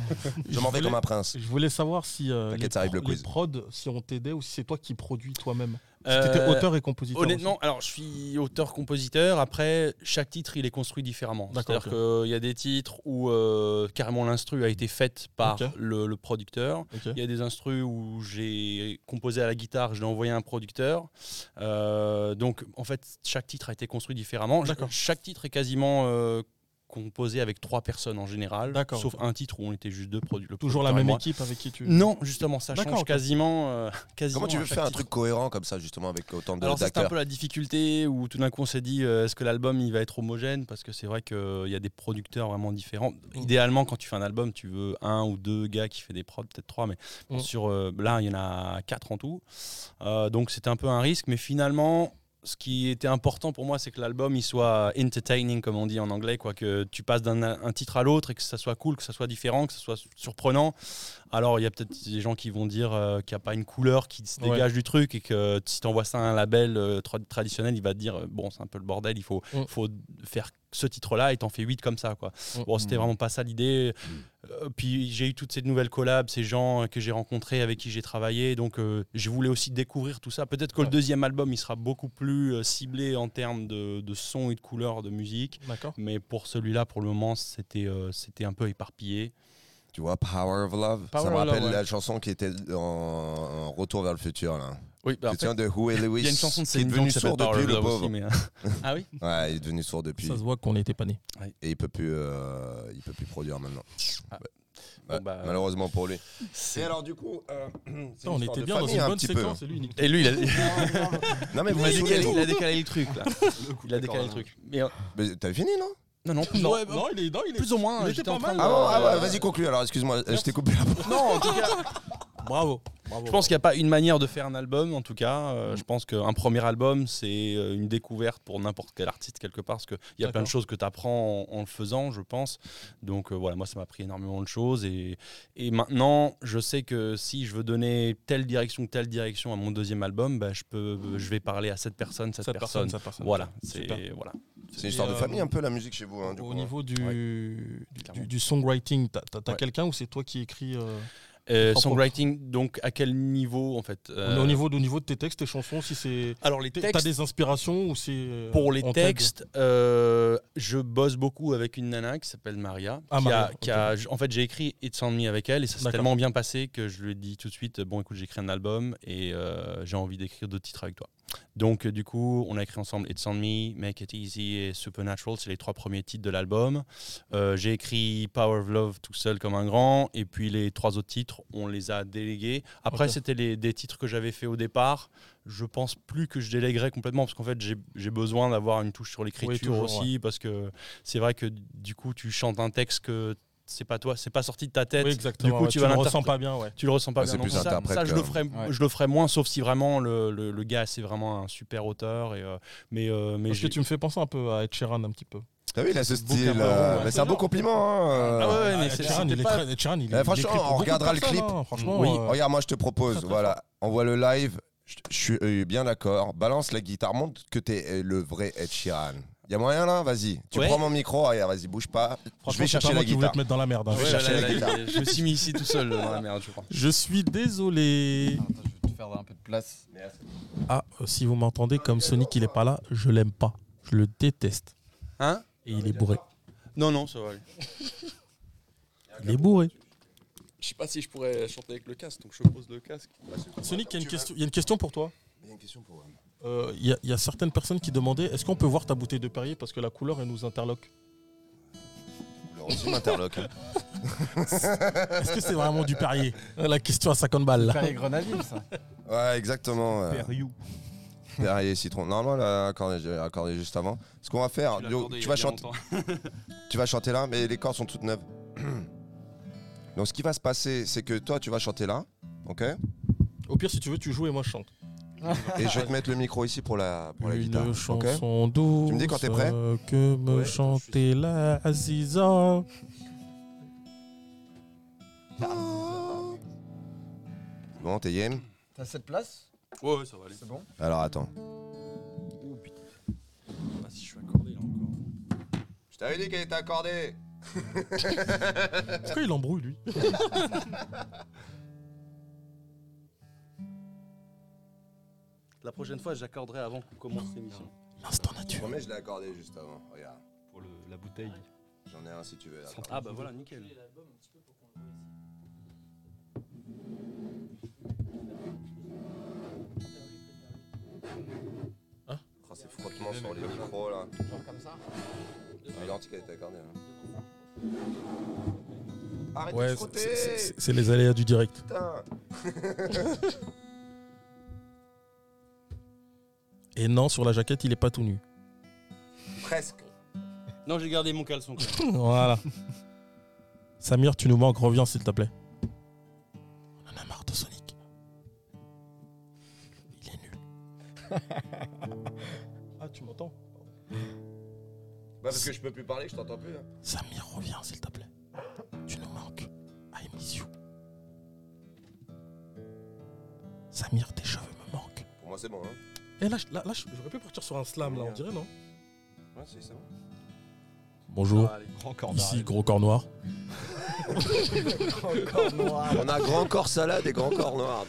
Je m'en vais voulais- comme un prince. Je voulais savoir si euh, T'inquiète, les, ça arrive le pro- les quiz. prods, si on t'aidait ou si c'est toi qui produis toi-même. Si Euh, t'étais auteur et compositeur. Honnêtement, alors je suis auteur-compositeur. Après, chaque titre, il est construit différemment. D'accord, C'est-à-dire qu'il y a des titres où euh, carrément l'instru a été faite par Ok. le, le producteur. aussi. Ok. Il y a des instrus où j'ai composé à la guitare, je l'ai envoyé à un producteur. Euh, donc, en fait, chaque titre a été construit différemment. D'accord. Chaque titre est quasiment euh, composé avec trois personnes en général. D'accord, Sauf ok. un titre où on était juste deux produits. le Toujours la producteur et même moi. équipe avec qui tu. Non, justement, ça D'accord, change ok. quasiment, euh, quasiment. Comment tu à veux chaque faire un titre. truc cohérent comme ça, justement, avec autant de- Alors ça, c'était un d'acteurs? peu la difficulté où tout d'un coup on s'est dit euh, est-ce que l'album il va être homogène, parce que c'est vrai qu'il y a des producteurs vraiment différents. Mm. Idéalement quand tu fais un album tu veux un ou deux gars qui fait des prods, peut-être trois, mais bon, Mm. sur euh, là il y en a quatre en tout. Euh, donc c'était un peu un risque, mais finalement ce qui était important pour moi, c'est que l'album il soit entertaining, comme on dit en anglais, quoi, que tu passes d'un un titre à l'autre et que ça soit cool, que ça soit différent, que ça soit surprenant. Alors il y a peut-être des gens qui vont dire euh, qu'il n'y a pas une couleur qui se Ouais. dégage du truc et que si tu envoies ça à un label euh, tra- traditionnel, il va te dire euh, bon c'est un peu le bordel, il faut, Mm. faut faire ce titre-là et t'en fais huit comme ça, quoi. Bon, c'était vraiment pas ça l'idée. Euh, puis j'ai eu toutes ces nouvelles collabs, ces gens que j'ai rencontrés, avec qui j'ai travaillé, donc euh, je voulais aussi découvrir tout ça. Peut-être que Ouais. le deuxième album, il sera beaucoup plus euh, ciblé en termes de, de son et de couleur de musique, D'accord. mais pour celui-là, pour le moment, c'était euh, c'était un peu éparpillé. Tu vois, Power of Love. Power ça me of rappelle Love, ouais. la chanson qui était en, en Retour vers le futur, là. Oui, bah, Tu tiens de Huey Lewis. il y a une chanson de qui est Céline Dion devenu qui s'appelle sourd Power depuis, of le Love pauvre. aussi, mais, euh, ah oui. Ouais, il est devenu sourd depuis. Ça se voit qu'on n'était pas nés. Et il peut plus, euh, il peut plus produire maintenant. Ah. Ouais. Bon, Ouais, bah, malheureusement pour lui. c'est- Et alors du coup, euh, c'est On une était histoire de bien dans famille, une un bonne petit peu. séquence et lui, il nique. Et lui, il a, Non mais il vous a me décalé, saoulez. il a décalé le truc là. Il a décalé le truc. Mais, euh, Mais t'avais fini, non? non, non, plus, Non, ouais, non, il est, non, il est plus ou moins. il était j'étais pas en train mal. de- Ah bon, ah ouais, euh, vas-y conclue alors, excuse-moi, je t'ai coupé la parole. Non, en tout cas, Bravo. Bravo. je pense qu'il n'y a pas une manière de faire un album, en tout cas. Euh, Je pense qu'un premier album, c'est euh, une découverte pour n'importe quel artiste, quelque part, parce qu'il y a plein de D'accord. choses que tu apprends en, en le faisant, je pense. Donc euh, voilà, moi, ça m'a pris énormément de choses. Et, et maintenant, je sais que si je veux donner telle direction ou telle direction à mon deuxième album, bah, je, peux, je vais parler à cette personne, cette, Cette personne. personne, cette personne. Voilà, Super. c'est voilà. C'est une histoire Et, de euh, famille un peu la musique chez vous. Hein, du Au coup, niveau du, Ouais. du, Clairement. du songwriting, t'as, t'as, t'as Ouais. quelqu'un ou c'est toi qui écris euh, Euh, Propre. songwriting, donc à quel niveau en fait euh, au, niveau, au niveau de tes textes, tes chansons, si c'est. Alors les T'as textes, des inspirations ou c'est. euh, pour les on t'aide textes, euh, je bosse beaucoup avec une nana qui s'appelle Maria. Ah, qui Maria, a, qui a- en fait, j'ai écrit It's on Me avec elle et ça s'est D'accord. tellement bien passé que je lui ai dit tout de suite bon, écoute, j'écris un album et euh, j'ai envie d'écrire d'autres titres avec toi. Donc, euh, du coup, on a écrit ensemble It's on Me, Make It Easy et Supernatural. C'est les trois premiers titres de l'album. Euh, j'ai écrit Power of Love tout seul comme un grand. Et puis, les trois autres titres, on les a délégués. Après, Ok. c'était les, des titres que j'avais fait au départ. Je pense plus que je déléguerais complètement parce qu'en fait, j'ai j'ai besoin d'avoir une touche sur l'écriture toujours, aussi. Parce que c'est vrai que du coup, tu chantes un texte que c'est pas toi, c'est pas sorti de ta tête. Oui, exactement. Du coup, ouais, tu tu vas le l'interpréter. ressens pas bien, ouais. Tu le ressens pas Ah, bien. c'est Donc plus ça, interprète ça, je, que- le ferai, Ouais. je le ferai moins, sauf si vraiment le, le, le gars c'est vraiment un super auteur. Et, euh, mais euh, mais Parce que j'ai- tu me fais penser un peu à Ed Sheeran un petit peu. T'as vu, il a ce Beau style. Cameron, euh, ouais. mais c'est un beau compliment. Hein, Ah ouais, ouais, euh. mais Ed c'est- Sheeran, c'était il est pas- très- Ed Sheeran, il Eh, est- franchement, il écrit pour on beaucoup regardera de le personnes, clip. hein, franchement, Oui. euh, Regarde, moi je te propose, très, très voilà, on voit le live, je je suis euh, bien d'accord, balance la guitare, montre que t'es euh, le vrai Ed Sheeran. Y a moyen là? Vas-y, tu Ouais. prends mon micro, allez, vas-y, bouge pas, je franchement, vais c'est chercher pas moi la qui voulais guitare. te mettre dans la merde. hein. Je vais Ouais, chercher là, la là, guitare. là, je me suis mis ici tout seul dans la merde, je crois. Je suis désolé. Attends, je vais te faire un peu de place. Ah, euh, si vous m'entendez, comme Sonic, il est pas là, je l'aime pas. Je le déteste. Hein? Et il est bourré. Non, non, ça va aller. Il est bourré. Je sais pas si je pourrais chanter avec le casque, donc je pose le casque. Sonic, il y a une question- il y a une question pour toi. Il y a une question pour Euh, Il y, a- il y a certaines personnes qui demandaient est-ce qu'on peut voir ta bouteille de Perrier parce que la couleur, elle nous interloque. le aussi m'interloque. hein. Est-ce que c'est vraiment du Perrier? La question à cinquante balles. Là. Perrier Grenadine, ça. Ouais, exactement. euh, Perriou. Perrier citron. Normalement, là, accordé, j'ai accordé juste avant. Ce qu'on va faire, Dio, tu vas chanter, tu vas chanter là, mais les cordes sont toutes neuves. Donc, ce qui va se passer, c'est que toi, tu vas chanter là, ok? Au pire, si tu veux, tu joues et moi je chante. Et je vais te mettre le micro ici pour la, pour la guitare. Une ok? chanson douce. Tu me dis quand t'es prêt? euh, Que me Ouais, chanter la Aziza. Bon, t'es game? T'as cette place? Ouais, ouais, ça va aller. C'est bon? Alors, attends. Oh putain. Je sais pas si je suis accordé là encore. Je t'avais dit qu'elle était accordée. Est-ce qu'il embrouille, lui? La prochaine fois, j'accorderai avant qu'on commence l'émission. L'instant Je nature. promets, je l'ai accordé juste avant. Regarde, Pour le, la bouteille. j'en ai un si tu veux. attends. Ah bah voilà, nickel. Oh, c'est frottement sur les micros là. Genre comme ça? Ah, Identique, elle était accordée. Là. Arrête de Ouais, frotter. c'est- c'est c'est- c'est les aléas du direct. Putain. Et non, sur la jaquette, il est pas tout nu. Presque. Non, j'ai gardé mon caleçon. quand même. Voilà. Samir, tu nous manques, reviens s'il te plaît. On en a marre de Sonic. Il est nul. Ah, tu m'entends? Bah parce que je peux plus parler, je t'entends plus. Hein. Samir, reviens s'il te plaît. Tu nous manques. I miss you. Samir, tes cheveux me manquent. Pour moi c'est bon. Hein. Et là, je- là, là, je- j'aurais pu partir sur un slam, là, on dirait, non? Ouais, si, c'est bon. Bonjour. Ah, allez. Grand corps Ici, d'arrêt. gros corps noir. On a grand corps salade et grand corps noir.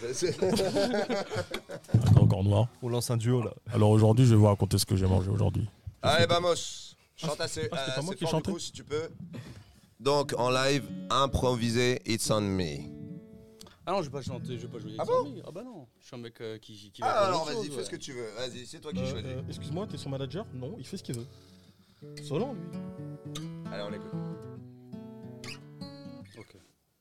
Un grand corps noir. On lance un duo là. Alors aujourd'hui, je vais vous raconter ce que j'ai mangé aujourd'hui. Allez, vamos. Chante assez, Ah, c'était pas euh, moi assez qui fort, chantais du coup, si tu peux. Donc, en live, improvisé, It's on me. Ah non, je vais pas chanter, je vais pas jouer. Ah avec bon Samy. Ah bah non, je suis un mec euh, qui, qui va Ah, faire alors autre vas-y, chose, fais ouais. ce que tu veux. Vas-y, c'est toi qui Euh, choisis. euh, Excuse-moi, t'es son manager? Non, il fait ce qu'il veut. Solent, lui. Allez, on l'écoute. Ok.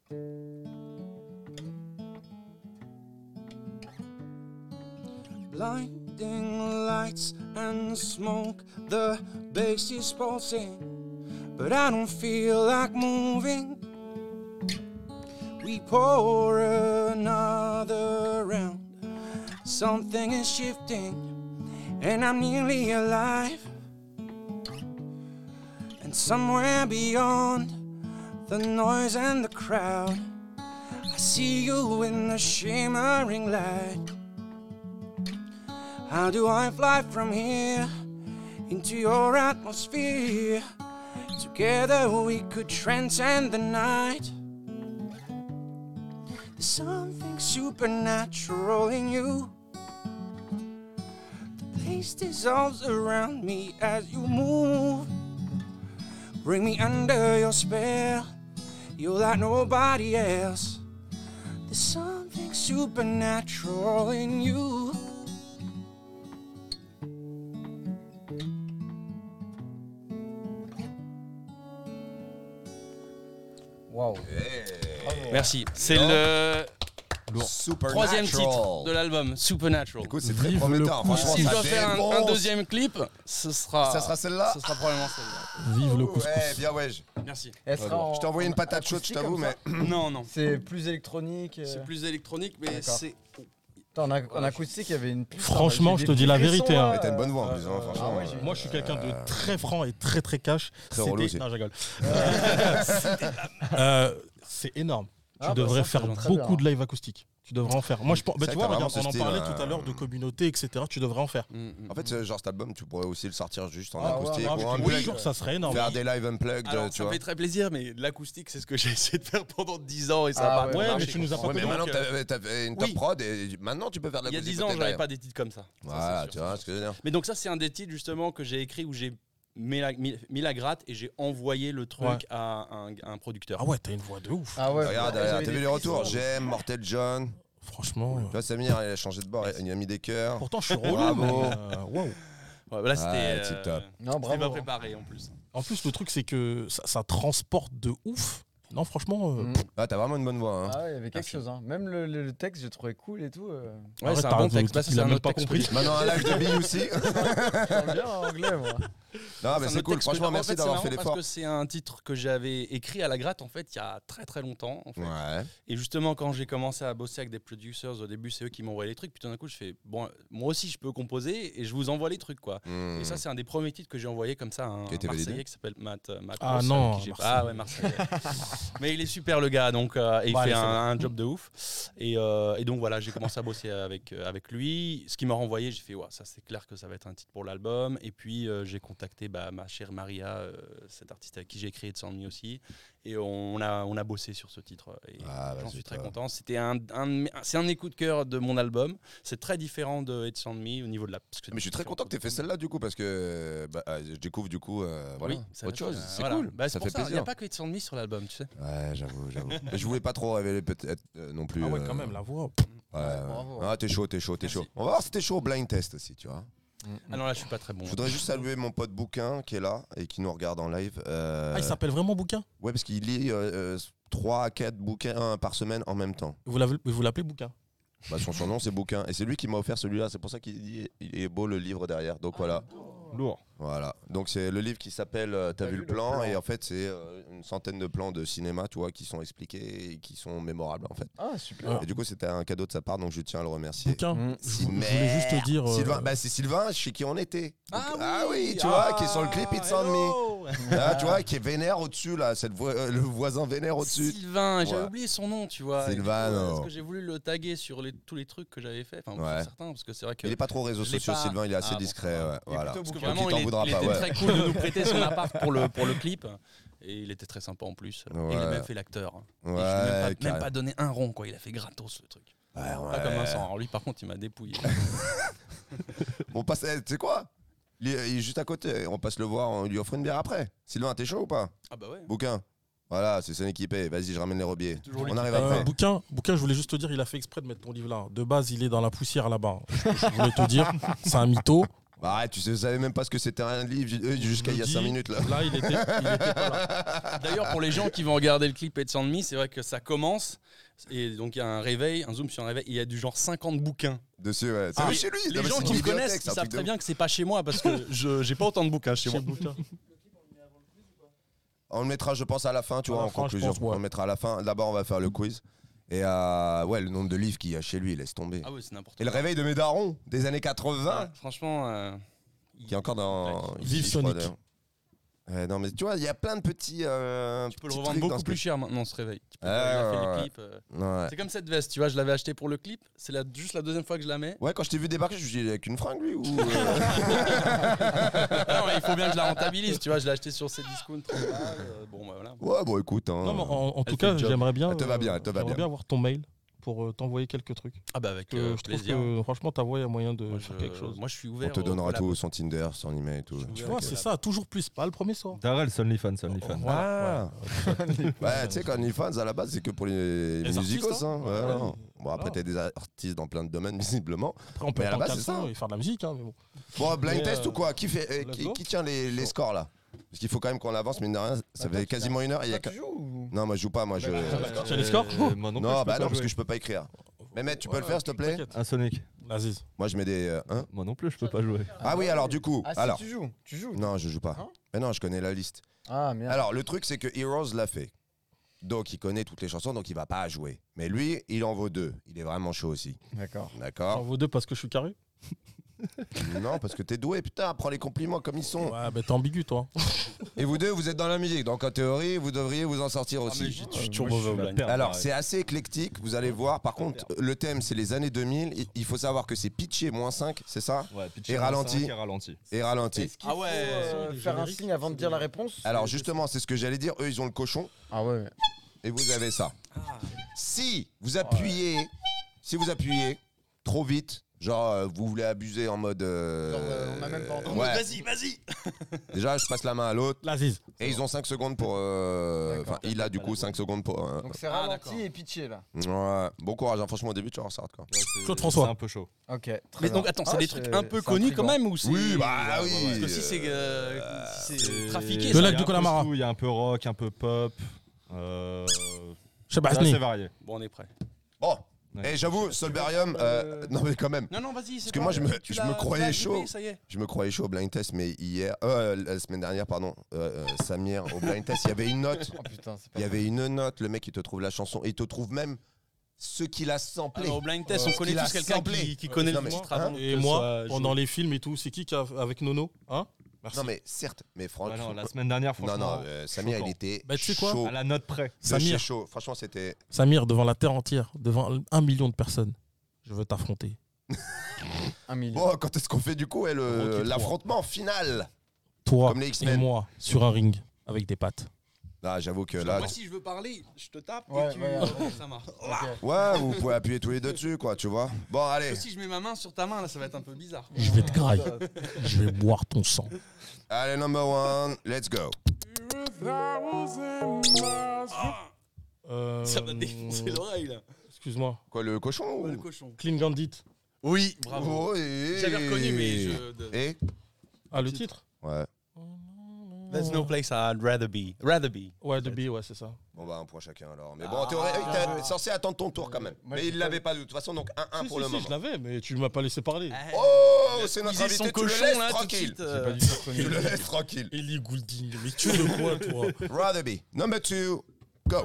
Blinding lights and smoke, the bass is pulsing, but I don't feel like moving. We pour another round, something is shifting, and I'm nearly alive. And somewhere beyond the noise and the crowd, I see you in the shimmering light. How do I fly from here into your atmosphere? Together we could transcend the night. There's something supernatural in you. The place dissolves around me as you move. Bring me under your spell. You're like nobody else. There's something supernatural in you. Waouh. Merci. C'est Non. le Supernatural. troisième titre de l'album, Supernatural. Écoute, c'est très Vive prometteur. le coup. Franchement, Si je ça dois faire un, un défonce. deuxième clip, ce sera. Ça sera celle-là. Ce sera probablement celle-là. Vive le couscous. Ouais, bien ouais. je- Merci. Elle sera en- Je t'ai envoyé une en patate chaude, je acoustique t'avoue, comme ça mais. Non, non. C'est plus électronique. euh. C'est plus électronique, mais D'accord. c'est. Attends, en, ac- en acoustique, il y avait une. putain, Franchement, j'ai je des te dis la frissons, vérité, hein. là. Mais t'as une bonne voix en Euh, plus, hein, euh, franchement. ah ouais, j'ai- Moi, je suis quelqu'un de très franc et très très cash. Très relou C'était- aussi. Non, je rigole. Euh, euh, C'est énorme. Ah, tu bah, devrais ça, c'est faire très beaucoup bien. de live acoustiques. Tu devrais en faire. Moi, je pense. Bah, C'est tu vrai vois, que t'as regarde, on vraiment en ce parlait style, tout à l'heure de euh, communauté, et cetera. Tu devrais en faire. Mm, mm. En fait, ce genre cet album, tu pourrais aussi le sortir juste en Ah ouais, acoustique ouais, ou en Oui, unplugged. genre, ça serait énorme. Faire des live unplugged, Alors, tu ça me vois. fait très plaisir, mais l'acoustique, c'est ce que j'ai essayé de faire pendant dix ans et ça Ah va ouais, pas Ouais, marcher, mais tu nous as quoi. pas Ouais, mais donc, maintenant, euh, t'as t'as une top oui. prod et maintenant, tu peux faire de Il y a l'acoustique. dix ans, peut-être j'avais derrière. pas des titres comme ça. Ça, Voilà, c'est tu sûr, vois c'est ce que je veux dire. Mais donc ça, c'est un des titres justement que j'ai écrit où j'ai mis la, mis, mis la gratte et j'ai envoyé le truc Ouais. à un, à un producteur. Ah ouais, t'as une voix de ouf. Ah ouais. Regarde, vous regarde, avez t'as des vu les frissons. retours? J'aime, Mortel John. Franchement. Tu euh, vois, Samir, il a changé de bord, il a mis des cœurs. Pourtant, je suis relou. Bravo. mais, euh, wow. Ouais, là, c'était Ouais, euh, tip top. Non, c'était bravo. pas préparé en plus. En plus, le truc, c'est que ça, ça transporte de ouf. Non, franchement. euh, Mm. Ah, t'as vraiment une bonne voix. Hein. Ah ouais, il y avait quelque Merci. chose. Hein. Même le, le- le texte, j'ai trouvé cool et tout. Euh... Ouais, Arrête, c'est un t'as bon raison, texte. Bah, ça, il c'est a un même autre pas texte compris. que j'ai- Maintenant, un live de billes aussi. Je parle bien anglais, moi. Non, mais un c'est autre cool. texte que- Franchement, en merci fait, d'avoir c'est fait marrant l'effort. Parce que c'est un titre que j'avais écrit à la gratte en fait il y a très très longtemps en fait. Ouais. Et justement quand j'ai commencé à bosser avec des producers au début c'est eux qui m'envoyaient les trucs puis tout d'un coup je fais bon moi aussi je peux composer et je vous envoie les trucs quoi. Hmm. Et ça c'est un des premiers titres que j'ai envoyé comme ça à un Qui a été Marseillais validé qui s'appelle Matt, euh, Matt Ah Ross, non, avec qui j'ai- Marseillais. ah ouais Marseillais. Mais il est super le gars donc euh, et il Bah, fait allez, c'est un, un job de ouf et, euh, et donc voilà j'ai commencé à bosser avec, euh, avec lui ce qui m'a renvoyé j'ai fait ouais, ça c'est clair que ça va être un titre pour l'album et puis euh, j'ai contacté bah, ma chère Maria euh, cette artiste avec qui j'ai créé It's on Me aussi et on a, on a bossé sur ce titre et Ah, bah, j'en c'est suis très top. content c'était un, un, c'est un écoute de cœur de mon album c'est très différent de It's on Me au niveau de la parce que Mais je suis très content que tu aies fait celle-là du coup parce que bah, euh, je découvre du coup euh, voilà, Oui, ça autre reste, chose. euh, C'est voilà. cool. Bah, c'est ça pour fait Il n'y a plaisir. pas que It's on Me sur l'album, tu sais. Ouais, j'avoue, j'avoue. Mais je voulais pas trop révéler peut-être euh, non plus. Ah ouais, euh, quand même, la voix. ouais, Ouais, ouais. bravo. Ah, t'es chaud, t'es chaud, t'es Merci. chaud. On va voir si t'es chaud au blind test aussi, tu vois. Ah non, là, je suis pas très bon. Je voudrais juste saluer mon pote Bouquin qui est là et qui nous regarde en live. Euh, Ah, il s'appelle vraiment Bouquin? Ouais, parce qu'il lit trois à quatre bouquins par semaine en même temps. Vous l'avez- vous l'appelez Bouquin? Bah, son surnom c'est Bouquin et c'est lui qui m'a offert celui-là. C'est pour ça qu'il dit il est beau le livre derrière. Donc voilà. Lourd. Voilà, donc c'est le livre qui s'appelle euh, T'as vu le plan, et en fait c'est euh, une centaine de plans de cinéma, tu vois, qui sont expliqués et qui sont mémorables en fait. Ah, super. Et du coup c'était un cadeau de sa part, donc je tiens à le remercier. Bouquin. Mm. Je, je voulais juste te dire. euh, Sylvain, bah c'est Sylvain chez qui on était. Donc- Ah oui, oui, tu vois, qui est sur le clip It's on Me. hello, ouais. Ah, tu vois, qui est vénère au-dessus, là. C'est le, vo- euh, le voisin vénère au-dessus. Sylvain, j'avais Ouais. oublié son nom, tu vois. Et du coup, Sylvano. euh, Parce que j'ai voulu le taguer sur les, tous les trucs que j'avais fait, enfin Ouais. sur certains, parce que c'est vrai que. Il est pas trop réseaux Je l'ai sociaux, pas- Sylvain, il est assez Ah, bon, discret. ça va. Ouais, voilà. Parce que Donc, vraiment, il t'en il, est- voudra il pas. était Ouais. très cool de nous prêter son appart pour le, pour le clip. Et il était très sympa en plus. Et il Ouais. a même fait l'acteur. Et je lui ai Ouais, même, pas, même carrément. pas donné un rond, quoi. Il a fait gratos le truc. Ouais, Pas ouais. comme Vincent. Alors lui, par contre, il m'a dépouillé. On passe, eh, tu sais quoi il est, il est juste à côté, on passe le voir, on lui offre une bière après. Sylvain, t'es chaud ou pas? Ah bah ouais. Bouquin. Voilà, c'est son équipé. Vas-y, je ramène les rebiers. Toujours On arrive Euh, après. bouquin, bouquin, je voulais juste te dire, il a fait exprès de mettre ton livre là. De base, il est dans la poussière là-bas. Je, je voulais te dire, c'est un mytho. Bah arrête, tu sais, savais même pas ce que c'était un livre euh, jusqu'à il y a Je cinq dis, minutes là. Là, il était, il était pas là. D'ailleurs, pour les gens qui vont regarder le clip It's on Me, c'est vrai que ça commence. Et donc, il y a un réveil, un zoom sur un réveil. et Il y a du genre cinquante bouquins. Dessus, ouais. C'est Ah, chez lui. Les Non, mais gens c'est qui une me connaissent, bibliothèque, ils c'est un savent truc de très ouf. bien que c'est pas chez moi parce que je j'ai pas autant de bouquins chez moi. Chez Bouquin. On le mettra, je pense, à la fin, tu À vois, la en fin, je conclusion. pense, ouais. On le mettra à la fin. D'abord, on va faire le quiz. Et euh, ouais, le nombre de livres qu'il y a chez lui, laisse tomber. Ah oui, c'est n'importe Et quoi. le réveil de mes darons des années quatre-vingts, Ouais, franchement. euh, qui est encore dans. Vive je crois, Sonic. d'ailleurs. Ouais, non, mais tu vois, il y a plein de petits. euh, Tu peux le petits revendre trucs dans beaucoup ce plus que- cher maintenant ce réveil. Tu peux, Ah, il a fait ouais, les ouais. clips. euh. Ouais. C'est comme cette veste, tu vois, je l'avais acheté pour le clip. C'est la, juste la deuxième fois que je la mets. Ouais, quand je t'ai vu débarquer, je me suis dit, avec une fringue lui ou. euh, Ah non, mais il faut bien que je la rentabilise, tu vois. Je l'ai acheté sur ces discounts. euh, bon, bah voilà. Ouais, bon, écoute. Hein. Non, mais en, en Elle tout fait cas, le job. j'aimerais bien. Elle te va euh, bien, elle te va j'aimerais bien. avoir ton mail pour euh, t'envoyer quelques trucs. Ah bah avec Que euh, je trouve plaisir. que franchement, ta voix, il y a moyen de Moi faire je, quelque chose. moi, je suis On ouvert. te au donnera collab. tout, son Tinder, son email et tout. Je suis Tu ouvert vois, au c'est collab. ça, toujours plus, pas le premier soir. Darrell, OnlyFans, OnlyFans. Voilà. Ouais, tu sais qu'OnlyFans, à la base, c'est que pour les, Les musicos. artistes, Hein. hein. Ouais, Ouais. non. Bon, après, Ah. t'es des artistes dans plein de domaines, visiblement. Après, on peut Mais à la être en base, c'est caleçon ça. et faire de la musique. Hein, mais bon. Bon, blind Mais, test euh, ou quoi qui, fait, euh, let's qui, go. qui tient les, les scores là? Parce qu'il faut quand même qu'on avance, mine de rien. Ça Bah, fait toi, quasiment une heure et il y a. Toi, tu joues ou... Non, moi je joue pas, moi je. Tu as les scores Euh, Moi non, plus, je Non, peux bah pas non, parce jouer. que je peux pas écrire. Mehmet, tu peux Ouais, le faire, s'il te plaît? t'inquiète. Un Sonic. Vas-y. Moi je mets des. euh, hein Moi non plus, je peux pas jouer. Ah oui, alors du coup. Ah si, alors. tu joues. Tu joues. Non, je joue pas. Hein Mais non, je connais la liste. Ah merde. Alors, le truc, c'est que Heroes l'a fait. Donc, il connaît toutes les chansons, donc il va pas jouer. Mais lui, il en vaut deux. Il est vraiment chaud aussi. D'accord. J'en D'accord? vaut deux parce que je suis carré. Non, parce que t'es doué, putain, prends les compliments comme ils sont. Ouais, bah t'es ambigu, toi. Et vous deux, vous êtes dans la musique, donc en théorie, vous devriez vous en sortir Ah, mais aussi. je suis Euh, toujours moi, mauvais je au suis la blind. perte, Alors, pareil. c'est assez éclectique, vous allez voir. Par contre, le thème, c'est les années deux mille. Il- Il faut savoir que c'est pitché moins cinq, c'est ça? Ouais, pitch Et ralenti. Et ralenti. Et ralenti. Est-ce qu'il Ah faut ouais. euh, Les faire un génériques, signe avant de c'est dire la des- réponse? Alors, justement, c'est ce que j'allais dire. Eux, ils ont le cochon. Ah ouais. Et vous avez ça. Ah. Si vous appuyez, si vous appuyez trop vite, genre euh, vous voulez abuser en mode. euh, Genre, euh, on a même pas entendu. ouais. Vas-y, vas-y. Déjà, je passe la main à l'autre. L'Aziz. Et ils ont cinq secondes pour. euh, D'accord. Enfin, il a du coup cinq secondes pour. euh, Donc c'est Ah, ralenti d'accord. et pitché là. ouais. Bon courage, hein. Franchement, au début, tu vas en sortir quoi. Ouais, c'est- Claude François. C'est un peu chaud. Ok. Très Mais bien. donc attends, c'est Ah, des trucs un peu connus quand même ou c'est Oui, bah oui. Parce que si c'est euh, si c'est C'est- trafiqué, Le ça- lac il y a du un peu Connemara. tout, Il y a un peu rock, un peu pop. Euh... Je sais pas, C'est assez varié. Bon, on est prêt. Bon. Ouais. Et j'avoue, Solberium. euh, non, mais quand même. Non non, vas-y, c'est que bon. moi, je me- Tu je l'as- me tu croyais l'as chaud. grippé, ça y est. Je me croyais chaud au blind test, mais hier. Euh, la semaine dernière, pardon. euh, euh, Samir, au blind test, il y avait une note. Oh putain, c'est pas Il y avait une note. Le mec, il te trouve la chanson. Et il te trouve même ce qu'il a samplé. Alors, au blind test, Euh, on connaît qu'il a tous quelqu'un samplé. qui, qui connaît Non, le mais- titre hein avant. Et que moi, soit pendant joué. les films et tout, c'est qui qui a avec Nono? Hein? Merci. Non, mais certes, mais Ouais, franchement. non, la semaine dernière, non, franchement. non, euh, Samir, choquant. il était Bah, tu sais quoi chaud. À la note près. De Samir. chez chaud. Franchement, c'était. Samir, devant la terre entière, devant un million de personnes, je veux t'affronter. un million. Bon, quand est-ce qu'on fait du coup ouais, le- Rocky trois. l'affrontement final? Toi Comme les et X-Men. moi, sur un ring, avec des pattes. Ah, j'avoue que là. Moi, si je veux parler, je te tape Ouais, et tu. ouais, ouais. Ça marche. Ok. Ouais, vous pouvez appuyer tous les deux dessus, quoi, tu vois. Bon, allez. Parce que si je mets ma main sur ta main, là, ça va être un peu bizarre. Je vais te grailler. Je vais boire ton sang. Allez, number one, let's go. Euh, Ça va défoncer l'oreille là. Excuse-moi. Quoi, le cochon ou... Ouais, le cochon. Clean Gandit. Oui, bravo. Oh, et- J'avais reconnu, mais je. de- Et Ah, le titre? Ouais. There's no place I'd rather be. Rather be. Ouais, The Bee, ouais, c'est ça. Bon, bah, un point chacun alors. Mais bon, en théorie, t'es censé attendre ton tour quand même. Moi, Mais j'ai il pas- l'avait pas de toute façon, donc un un Si, pour si, le si, moment. je l'avais, mais tu ne m'as pas laissé parler. Oh, Il a c'est notre squeezé son invité, tu le cochon, laisses là, tout de tranquille. suite, J'ai euh, pas du tout Tu reconnu. le laisses tranquille. Ellie Goulding, mais tu es de quoi, toi? Rather be. Number two, go.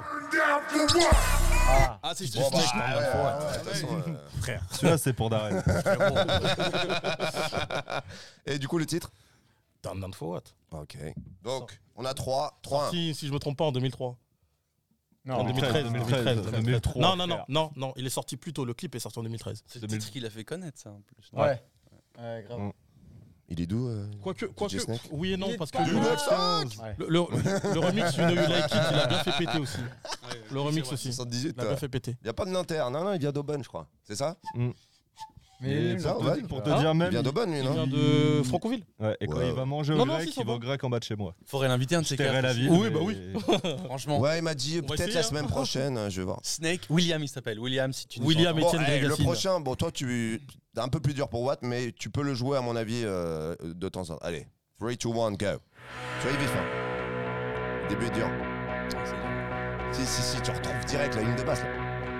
Ah, c'est Bon, juste bah, ouais, ouais, ouais, de toute façon, euh, Frère. Celui-là, c'est pour Darren. Et du coup, le titre? Down, down for what? Ok. Donc, on a trois. trois un. Si, si je me trompe pas, en deux mille trois. Non, En deux mille treize. deux mille treize, deux mille trois, Non, non, non, frère. non, non, il est sorti plus tôt. Le clip est sorti en deux mille treize. C'est le titre qui l'a fait connaître, ça, en plus. Ouais. Ouais, grave. Mm. Il est d'où euh, Quoique, quoique, D J Snake oui et non, Il est parce que pas le, mal. Ouais. le, le- le remix You Know You Like It, il a bien fait péter aussi. Le remix aussi. soixante-dix-huit. Il a bien fait péter. Il n'y a pas de Nanterre. Non, non, il vient d'Aubonne, je crois. C'est ça Mais Et il ça, pour, ouais. te, pour te Hein dire Il même. vient d'Aubonne, lui, Il non vient de Franconville. Ouais, et quand Ouais. il va manger au Non, non, grec, si, ça il va va. au grec en bas de chez moi. Faudrait l'inviter un de Je ces tairai quatre. la ville. Oui, mais- bah oui. Franchement. Ouais, il m'a dit On va peut-être essayer, la hein. semaine prochaine, hein, je vais voir. Snake, William, il s'appelle. William, si tu nous William entends. Etienne Bon, hey, le Grégassine. prochain, bon, toi, tu. C'est un peu plus dur pour Watt, mais tu peux le jouer, à mon avis, euh, de temps en temps. Allez, three, two, one, go. Soyez vif, hein. Début est dur. Ah, c'est dur. Si, si, si, tu retrouves direct la ligne de basse. Là.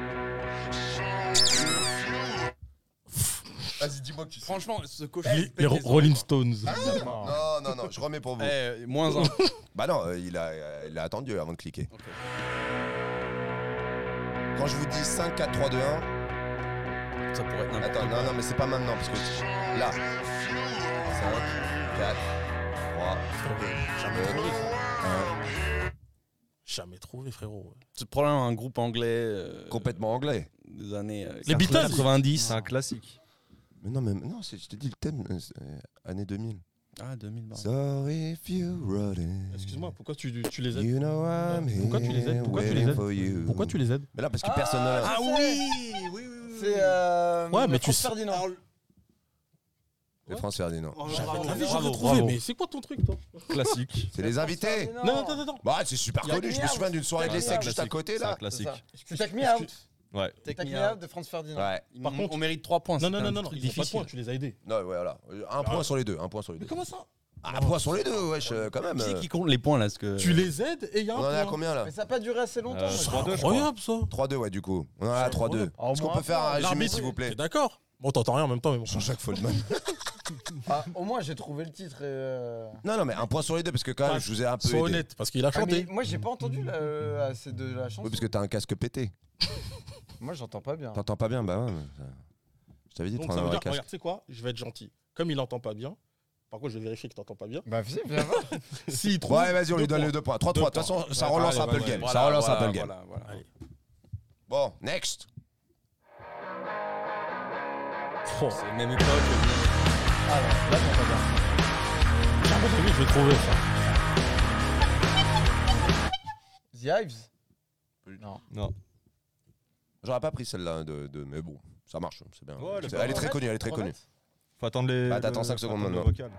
Vas-y, dis-moi que tu sais. Franchement, ce coach. Les, les Ro- Rolling Stones. Non, non, non, je remets pour vous. Eh, moins un. Bah non, euh, il, a, euh, il a attendu avant de cliquer. Ok. Quand je vous dis cinq, quatre, trois, deux, un. Ça pourrait être n'importe Attends, quoi. non, non, mais c'est pas maintenant, parce que là. cinq, quatre, trois, Jamais trouvé, ça. un. Jamais trouvé, frérot. C'est probablement un groupe anglais. euh, Complètement anglais. Des années. euh, Les Beatles. quatre-vingt-dix. C'est un classique. Mais non, mais non, c'est- je t'ai dit le thème, euh, c'est, euh, année deux mille. Ah, deux mille. pardon. So if you wrote it, Excuse-moi, pourquoi tu, tu les aides you know I'm Pourquoi tu les aides here Pourquoi tu les waiting aides for you. Pourquoi tu les aides Mais là, parce que personne ne l'a. Ah oui, oui, oui, oui. C'est. Euh, Ouais, mais tu Franz sais- Ferdinand. Les France Ferdinand. Jamais de la vie, Bravo, j'aurais trouvé. bravo. Mais c'est quoi ton truc, toi Classique. C'est les invités. Non, non, attends, attends. Bah, c'est super Y a connu. Je me Mia souviens d'une soirée Y a des Mia secs juste à Classique. côté, C'est un là. classique. C'est Take Me Out. Ouais. Take Take Me Me Out. Out de Franz Ferdinand. Ouais. Par Par contre, contre- on mérite trois points. Non, c'est non, un non, non, non, truc ils ont pas de difficile. points, tu les as aidés. Non, ouais, voilà. Un point sur les deux. Un point sur les Mais deux. comment ça Ah, un point sur les deux, wesh, euh, quand même. Qui c'est euh. qui compte les points là parce que... Tu les aides et il y a un On en est à point. combien là Mais ça n'a pas duré assez longtemps. Euh, moi, je trois deux, crois. je crois. Incroyable, ça. trois deux, ouais, du coup. On en est à trois deux. Au Est-ce qu'on moins peut un faire point. un résumé, L'arbitre, s'il vous plaît T'es d'accord Bon, t'entends rien en même temps, mais bon. Jean-Jacques Foldman. Ah, au moins, j'ai trouvé le titre. et, euh, Non, non, mais un point sur les deux, parce que quand même, Ouais, je vous ai un peu. Sois aidé. honnête, parce qu'il a Ah, mais chanté. moi, j'ai pas entendu la, euh, assez de la chanson. Oui, parce que t'as un casque pété. Moi, j'entends pas bien. T'entends pas bien, bah ouais. mais ça- Je t'avais dit de Donc prendre ça un veut vrai dire, casque. regarde, tu sais quoi Je vais être gentil. Comme il entend pas bien, par contre, je vais vérifier que t'entends pas bien. Bah, viens, viens voir. S'il trouve. Ouais, vas-y, on lui deux donne points. les deux points. trois trois. De Deux toute façon, points. ça Ouais, relance allez, un peu le vas-y, game. Voilà, Ça relance un voilà, peu le game. voilà, voilà. Allez. Bon, next. Oh, C'est la même époque. Ah, là, là, j'entends bien. jamais de vie, je vais trouver ça. The Hives. Non. Non. J'aurais pas pris celle-là, de, de- mais bon, ça marche, c'est bien. Ouais, elle est C'est- pas elle est mal. très connue, elle est très connue. Remettre Faut attendre les. Bah, t'attends le- cinq faut secondes attendre le maintenant. vocal.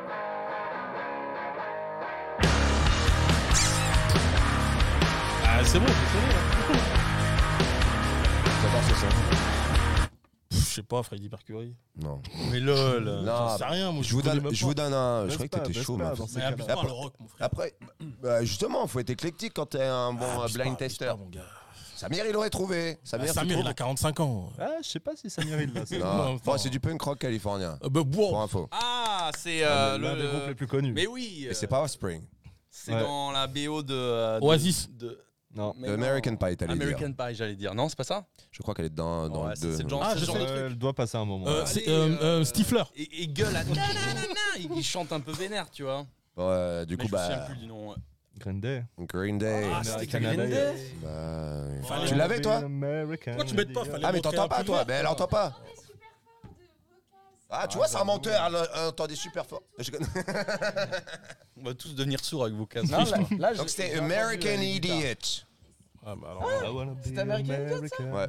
Ah, c'est bon, c'est sonné, là. J'adore ce son. Pff, Je sais pas, Freddie Mercury. Non. Mais lol. Non, J'en sais rien, moi. je vous connais donne, même je pas. vous donne un. Je Baisse croyais que pas, t'étais baisse chaud, pas meuf. dans ces Mais cas-là. abuse pas, le rock, mon frère. Après, bah, justement, faut être éclectique quand t'es un bon Ah, euh, abuse blind pas, abuse tester. pas, mon gars. Samir, il aurait trouvé. Samir, Ah, tu Samir, il trouves a quarante-cinq ans. Ah, je sais pas si ça mérite là. c'est- Non, Non, Bon, enfin- c'est du punk rock californien. Euh, bah, Pour bon. info. Ah, c'est Ah, euh, L'un le. des groupes les plus connus. Mais oui. Et euh, c'est pas Offspring. C'est Ouais. dans la B O de. euh, de- Oasis. De. Non. mais De non. American Pie, t'allais dire. American Pie, j'allais dire. Non, c'est pas ça. Je crois qu'elle est dans, dans Ouais, le c'est- deux. c'est le genre, Ah, c'est je le genre sais. de truc. Elle doit passer un moment. Euh, ouais. c'est Allez, euh, euh, euh, Stifler. Et, et gueule à. Nanana, il, il chante un peu vénère, tu vois. Ouais, du Mais coup, je me souviens bah. plus du nom. Green Day. Green Day. Ah, American c'était Green Idol. Day. Bah, oui. Fallait Tu l'avais, toi Pourquoi tu m'aides pas, fallait- Ah, mais montrer t'entends un pas, peu toi vert. Mais elle entend pas. Ah, tu vois, c'est un menteur. Elle, elle entendait super fort. Je connais. On va tous devenir sourds avec vos cases. Non, là, là, Donc, j'ai- c'était j'ai entendu, American euh, les guitares. Idiot. Ah, bah alors. C'était American Idiot, ça Ouais.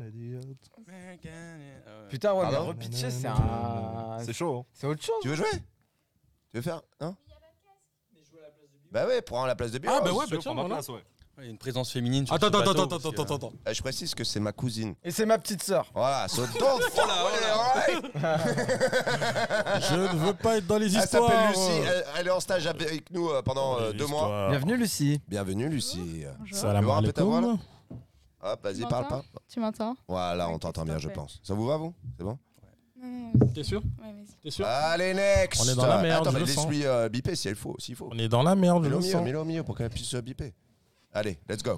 Putain, ouais, mais Pardon repitcher, c'est un. C'est chaud. hein. C'est autre chose. Tu veux jouer Tu veux faire Non Bah ouais, prends la place de Bill. Ah, bah ouais, Tu veux bah tiens, prendre ma voilà. place, ouais. Il y a une présence féminine sur Attends, ce attends, bateau, attends, parce attends, que- attends, attends. Eh, je précise que c'est ma cousine. Et c'est ma petite sœur. Voilà, so don't fuck with it, alright? Je ne veux pas être dans les Elle histoires. s'appelle Lucie, euh. elle, elle est en stage avec nous euh, pendant euh, Les deux mois. histoires. Bienvenue, Lucie. Bienvenue Lucie. Bonjour. Salam Tu veux voir un peu ta voix, alaikum. Hop, vas-y, Tu parle m'entends pas. Tu m'entends Voilà, on Ok, t'entend c'est bien, je parfait. pense. Ça vous va, vous C'est bon Non, non, non. T'es sûr Ouais, vas-y. T'es sûr Allez, next. On est dans la merde, Attends, je mais le sens. laisse-lui euh, biper si il faut, s'il faut. On est dans la merde, je Mets-le au le milieu, sens. mets-le au milieu pour qu'elle puisse euh, biper. Allez, let's go.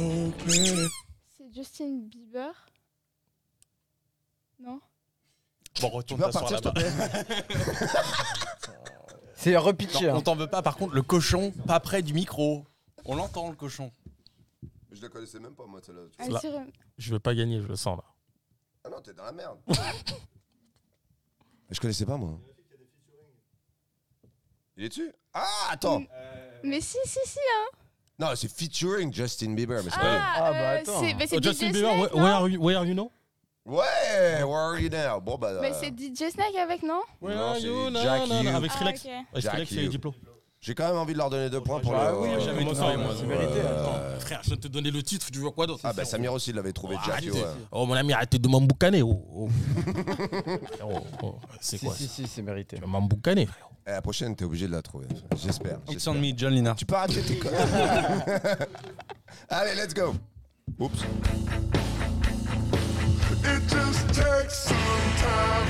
C'est Justin Bieber Non Bon, Tu retourne peux t'asseoir partir, s'il te là-bas. hein. C'est repitché. Non, hein. on t'en veut pas. Par contre, le cochon, pas près du micro. On l'entend, le cochon. Je la connaissais même pas, moi, celle-là. Ah, Là. sérieux. Je vais pas gagner, je le sens là. Ah non, t'es dans la merde. Je connaissais pas, moi. Il est dessus? Ah, attends. Mais si, si, si. Hein. Non, c'est featuring Justin Bieber, mais c'est pas lui. Ah, Ah, bah, euh, attends. c'est bah, c'est Oh, D J Justin Bieber, Snake, where, where non are you, where are you know? Ouais, where are you now? Bon, bah. Mais euh, c'est D J Snake avec, non? Where Non, are c'est you? Non, Jack non, non, You. avec Ah, Skrillex. ok. Ouais, Jack Skrillex et You. Diplo. J'ai quand même envie de leur donner deux points pour Ah le. oui, euh, jamais Comment eu ça, ça, moi, moi. c'est mérité. Euh, Frère, je viens de te donner le titre, tu veux quoi d'autre? Ah, bah Samir aussi, il l'avait trouvé, Oh, Jack You. arrêtez. ouais. Oh, mon ami, arrêtez de m'emboucaner. Oh, oh. Oh, oh, c'est Si, quoi si, ça? si, c'est mérité. Tu vas m'emboucaner, frère. Et la prochaine, t'es obligé de la trouver. J'espère. It's j'espère. on me, John Lina. Tu peux arrêter tes co- Allez, let's go. Oups. It just takes some time.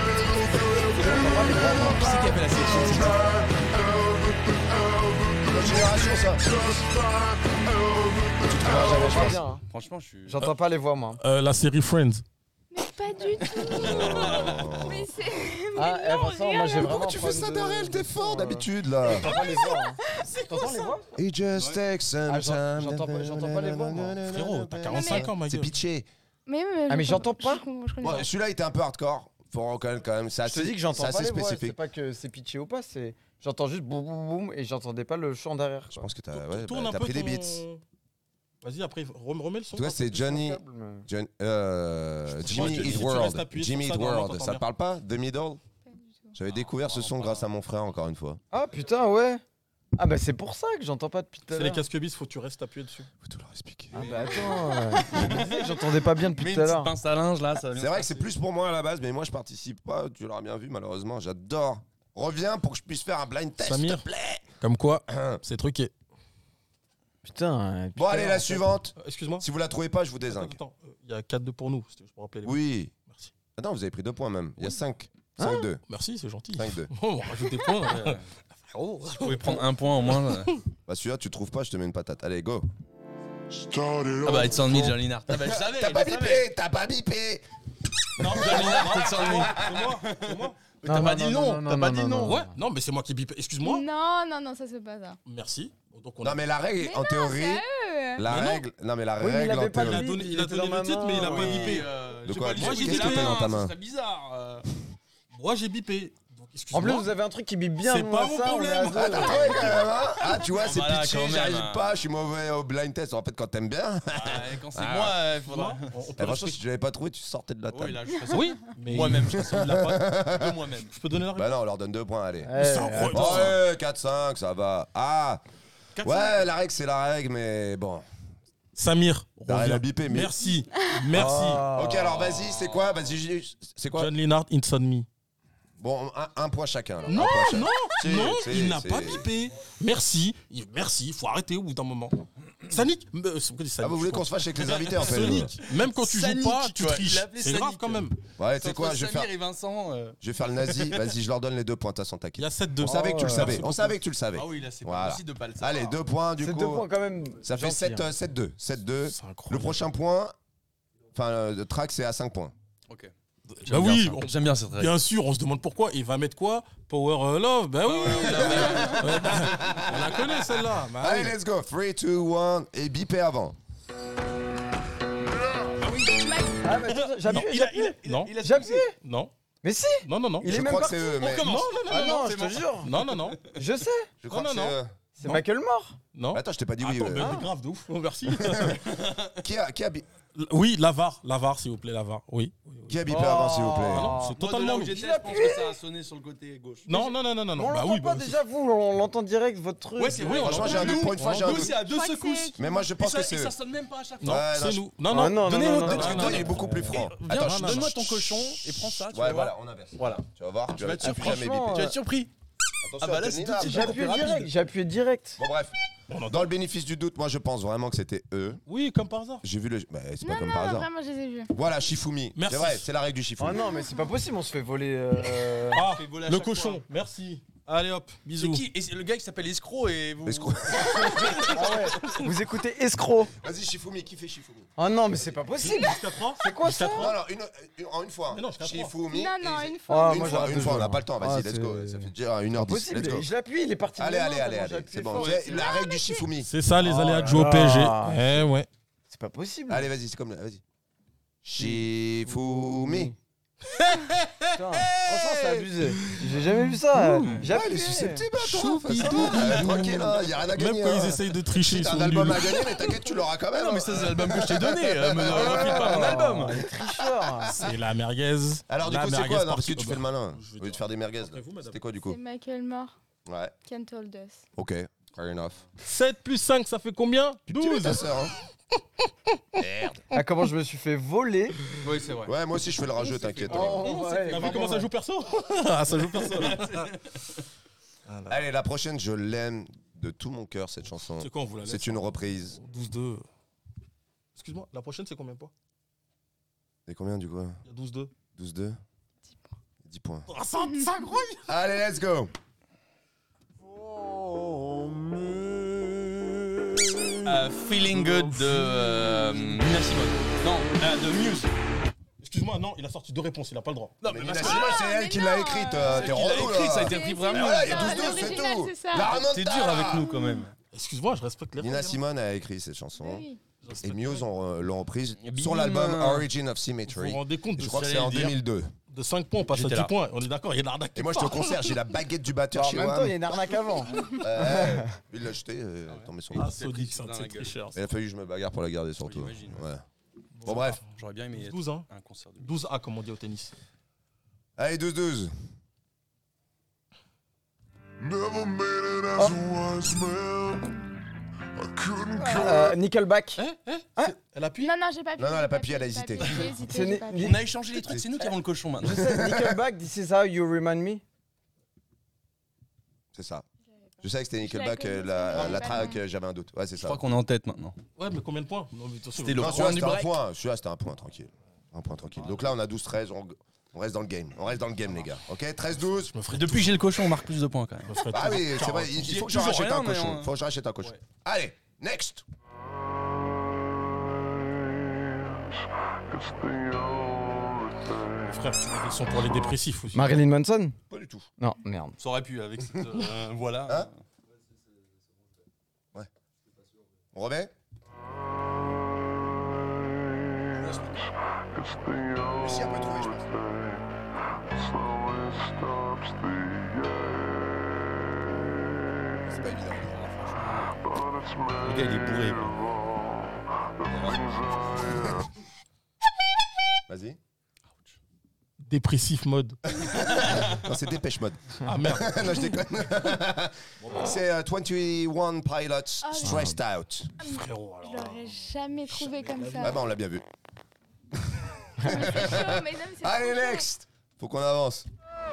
Qui c'est qui a fait la sélection? La génération, ça. Tu te verras jamais, je pense. Bien, hein. Franchement, je suis. J'entends pas les voix, moi. Euh, la série Friends. Mais pas du tout. Mais c'est. Ah, eh, Vincent, moi j'ai vraiment. Pourquoi tu fais ça d'Arel? T'es fort d'habitude, là. J'entends pas les voix. hein. T'entends les voix? It just takes some Ah, j'en- time. j'entends pas- j'entends pas les voix, moi. Frérot, t'as quarante-cinq ans, ma C'est gueule. pitché. Mais, mais, Ah, mais je- j'entends pas. je- je connais Bon, pas. celui-là, il était un peu hardcore. Faut reconnaître quand même. C'est Je te assez, dis que j'entends c'est pas assez les voix. C'est spécifique. pas que c'est pitché ou pas, c'est j'entends juste boum boum boum et j'entendais pas le chant derrière. Je quoi. pense que t'as ouais, Tourne bah, un t'as peu pris des ton- beats. Vas-y, après, rem- remets le son. Tu vois, c'est Johnny. John, euh, Jimmy Je te dis, Eat si tu World. restes appuyé Jimmy sur Eat ça, normalement, World. t'entends Ça te bien. parle pas? The Middle? Pas du tout. J'avais découvert ce son grâce à mon frère, encore une fois. Ah putain, ouais. Ah bah c'est pour ça que j'entends pas depuis tout à C'est les l'heure. casques bis, faut que tu restes appuyé dessus. Faut tout leur expliquer. Ah bah attends, euh, je me disais que j'entendais pas bien depuis Mets tout une à petite l'heure. pince à linge là, ça va bien C'est vrai se que c'est passer. plus pour moi à la base, mais moi je participe pas. Tu l'auras bien vu, malheureusement. J'adore. Reviens pour que je puisse faire un blind test, s'il Samir. te plaît. Comme quoi, c'est truqué. Putain. Bon, allez, la suivante. Euh, Excuse-moi. Si vous la trouvez pas, je vous Attends, désingue. attends, euh, il y a quatre deux pour nous, c'était juste pour rappeler les points. Oui. Merci. Attends, vous avez pris deux points même. Il y a cinq. Hein cinq deux. Merci, c'est gentil. cinq deux. Bon, on rajoute des points. Ouais. Frérot. Vous pouvez prendre un point au moins. là. Bah, celui-là, tu trouves pas, je te mets une patate. Allez, go. Started Ah bah, off It's on me, John Lina. Ah bah, je savais. T'as je pas savais. bipé, t'as pas bipé. Non, John Lina, It's on me. C'est moi, c'est moi. Mais T'as pas dit non, t'as pas dit non. Ouais, non, mais c'est moi qui bip. Excuse-moi. Non, non, non, ça se passe ça. Merci. Donc on Non, a... mais la règle, Mais en non, théorie, c'est eux. la Mais non. règle, non mais la Oui, mais il règle en avait pas Il a théorie. dit. donné, il il a était donné dans le ma titre, mais il a main. pas Oui, bipé. euh, De j'ai quoi pas lu Moi, ce j'ai que dit j'ai tapé là, dans ta main. Ce serait bizarre. euh. Moi, j'ai bipé. Donc, En excuse-moi. plus, vous avez un truc qui bip bien. C'est nous, pas à mon ça, on est à problème. deux. Ah, t'as trouvé quand même, hein Ah, tu vois, c'est Voilà, pitché, quand même. j'arrive pas, je suis mauvais au blind test. En fait, quand t'aimes bien, Ouais, Quand c'est Ah. moi, il faudra. On- on peut eh, franchement, rester- si tu l'avais pas trouvé, tu sortais de la Oui, table. là, je ferais ça. Oui, mais Moi-même, je il l'a pas. De moi-même. Je peux donner la Bah réponse. non, on leur donne deux points, allez. Ouais, C'est incroyable. Bon, ça. ouais, quatre cinq, ça va. Ah, quatre ouais, la règle, c'est la règle, mais bon. Samir, T'as rien reviens. à biper, mais- Merci, merci. Ah. Ok, alors vas-y, c'est quoi Vas-y, j'ai- c'est quoi John Lennart, It's on me. Bon, un, un point chacun. Alors. Non, Un point chacun. non, Si, non, si, il n'a si. pas bipé. Merci, il- merci, il faut arrêter au bout d'un moment. Sonic, euh, pourquoi il dit Ah, Sonic, vous voulez je qu'on se fâche avec les invités en fait Sonic, même quand tu joues Sonic, pas, tu tu vois, il triches. l'appelait C'est grave Sonic. quand même. Ouais, tu sais Entre quoi, je vais, faire, Samir et Vincent. euh, je vais faire le nazi. Vas-y, je leur donne les deux points, t'as son Il taquet. y a sept deux. On savait que tu le Oh, savais. merci On savait que tu le savais. Ah oui, là, c'est Voilà. pas possible de pas le savoir. Allez, deux points du C'est coup. deux points quand même. Ça fait gentil, sept hein. deux. sept deux. C'est incroyable. Le prochain point, enfin, euh, le track, c'est à cinq points. Ok. Bah J'aime oui, bien ça. on- J'aime bien cette règle. bien sûr, on se demande pourquoi. Il va mettre quoi Power euh, Love Bah oui, oui, oui. Ouais, bah, on la connaît celle-là. Bah Allez, oui. let's go. trois, deux, un. Et bipé avant. Ah, mais attends, j'appuie, Il a- j'appuie. il a- Non, J'appuie. Non, Mais si. non, non, non. Il Je est même crois que parti. c'est eux, mais. Non, non, non, Ah non, non, non, je c'est te bon. jure. Non, non, non, Je sais. Je crois Non, que non, c'est eux. C'est Non. Michael Moore. non. Attends, je t'ai pas dit oui. Attends, euh. mais Ah. grave de ouf. Oh, merci. Qui a, qui a, bi- Oui, l'avare, l'avare, s'il vous plaît, l'avare. Oui. qui a bipé avant, s'il vous plaît Ah non, c'est Moi, de totalement là où nous. j'étais, je pense que ça a sonné sur le côté gauche. Non, non, non, non, non, On non. Bah l'entend oui, pas bah, déjà, vous, on l'entend direct, votre truc. Ouais, c'est vrai. Franchement, j'ai un doute. Pour une fois, j'ai un Nous, doute. c'est à deux Je crois que secousses. c'est- Mais moi, je Et pense ça, que et c'est ça eux. sonne même pas à chaque non, fois. Ouais, là, c'est je- nous. Non, Ah non. non, non, Donnez-nous non, deux non, trucs, Toi, non, il est non. beaucoup plus franc. Viens, Attends, je- donne-moi je- ton cochon et prends ça. Tu Ouais, vas voir. voilà, on inverse. Voilà. Tu vas voir, tu vas vas, être tu vas plus surpris. jamais Franchement, bipé. Tu vas être surpris. Attention, Ah bah là, Anthony, c'est tout là. de suite. J'ai appuyé Rapide. direct, j'ai appuyé direct. Bon, bref. Dans le bénéfice du doute, moi, je pense vraiment que c'était eux. Oui, comme par hasard. J'ai vu le. Bah, c'est pas Non, comme non, par non, hasard. vraiment, je les ai vus. Voilà, Shifumi. Merci. C'est vrai, c'est la règle du Oh Shifumi. non, mais c'est pas possible, on se fait voler. euh, Ah, Fais voler à le chaque cochon, fois. merci. Allez hop, C'est bisous. qui et c'est le gars qui s'appelle Escroc et vous. Escroc. Ah ouais. Vous écoutez Escroc. Vas-y, Shifumi, qui fait Shifumi? Oh non, mais c'est pas possible. Jusqu'à trois. C'est quoi ça? Non, non, une, une, en une fois. Mais non, jusqu'à trois. Shifumi. Non, non, et- une fois. Ah, une moi, fois, j'arrête une de fois, on jouer, n'a pas le temps. Vas-y, Ah, let's go. c'est- Ça fait déjà une heure dix. Impossible. Let's go. Je l'appuie, il est parti. de Allez, mes mains, allez, allez, tellement j'ai allez. appuyé C'est bon. fort. C'est la règle du Shifumi. C'est ça les Oh aléas là de jouer au là. P S G. Eh ouais. C'est pas possible. Allez, vas-y, c'est comme là. Vas-y. Shifumi. Putain, franchement, c'est abusé. J'ai jamais vu ça. J'ai Ah, il est appuyé. susceptible, toi. Euh, Tranquille, hein, y a rien à gagner. Même quand ils hein. essayent de tricher, ils T'as sont un album nuls. à gagner, mais t'inquiète, tu l'auras quand même. Non, mais ça, c'est l'album que je t'ai donné. euh, me Ah, refile pas mon ouais. album. Il est tricheur. C'est la merguez. Alors, du La coup, c'est merguez quoi? Non, parce partie- que tu fais le malin. Je vais Au lieu de dire. faire des merguez. là. Après vous, madame. C'était quoi, du coup? C'est Michael Moore. Ouais, Can't Hold Us. ok. Fair enough. sept plus cinq, ça fait combien? Tu mets ta douze. sœur, hein. Merde. Ah, comment je me suis fait voler. Oui, c'est vrai. Ouais, moi aussi, je fais le rageux, t'inquiète. Oh, ouais, T'as vu comment ça joue perso? Ah, ça joue perso. là. Allez, la prochaine, je l'aime de tout mon cœur, cette chanson. C'est quoi, on vous la laisse? C'est une reprise. douze deux. Excuse-moi, la prochaine, c'est combien de points? Et combien, du coup? Il y a douze deux. douze deux dix points. Ah, ça, ça grouille. Allez, let's go. Euh, Feeling Good de euh, Nina Simone. Non, euh, de Muse. Excuse-moi, non, il a sorti deux réponses, il a pas le droit. Non, Mais mais Nina parce que Simone, c'est mais elle qui non, l'a écrite. euh, euh, T'es qui l'a relou, écrit, là. ça a été C'est- repris c'est vraiment. Voilà, il y a ça, douze deux, c'est l'original, tout. c'est ça. La remontada. T'es dur avec nous quand même. Excuse-moi, je respecte les Nina règles. Simone a écrit cette chanson. Oui. Et Muse ont, euh, l'ont reprise Bim. sur l'album Origin of Vous Symmetry. vous rendez compte de Je ce crois que que c'est en j'allais dire? deux mille deux. De cinq points, on passe à J'étais dix là. points. On est d'accord, il y a de l'arnaque. Et moi, je te conserve, j'ai la baguette du batteur Bah, en chez même moi. temps, il y a une arnaque avant. Ouais. Il l'a acheté, euh, tombé sur moi. Ah, Sonic, c'est un Dans de la ces gueule. tricheurs. Il a fallu que je me bagarre pour la garder surtout. j'imagine. Ouais. Bon, bref. J'aurais bien aimé être douze, hein. un concert de douze A, comme on dit au tennis. Allez, douze douze. Never made it as a wise man. I couldn't Euh, Nickelback. Elle appuie? Non, non, j'ai pas pu. Non, non, elle a j'ai pas pu, elle a j'ai hésité. pu, J'ai hésité, C'est j'ai ni- pas ni- pu. On a échangé les trucs, c'est nous qui avons le cochon maintenant. Je sais, Nickelback, this is how you remind me. C'est ça. Je savais que c'était Nickelback, Je la euh, connais, la, mais la pas track, non. euh, j'avais un doute. Ouais, c'est Je ça. crois qu'on est en tête maintenant. Ouais, mais combien de points? Non, mais attention, C'était le Non, round celui-là, du c'était un break. point. Celui-là, c'était un point, tranquille. Un point, tranquille. Donc là, on a douze treize. On, on reste dans le game. On reste dans le game, les gars. Ok, treize douze. Je me ferai Depuis que j'ai le cochon, on marque plus de points quand même. Je me ferai Ah toujours oui, c'est vrai. quarante. Il, il J'y ai faut que je toujours rachète rien, un mais cochon. on- Il faut que je rachète un cochon. Ouais. Allez, next. Frère, tu mets des sons pour les dépressifs aussi. Marilyn Manson. Pas du tout. Non, merde. Ça aurait pu avec cette. euh, voilà. Hein On remet. Si, un peu trouvé, je pense. C'est pas évident. Le gars, il est bourré. Quoi. Vas-y. Dépressif mode. Non, c'est Dépêche Mode. Ah merde. Non, je déconne. C'est euh, vingt et un Pilots Ah, Stressed Out. Frérot, alors. Je l'aurais jamais trouvé comme ça. Ah bah on l'a bien vu. Mais c'est chaud, mais non, mais c'est Allez, trop chaud. next. Faut qu'on avance.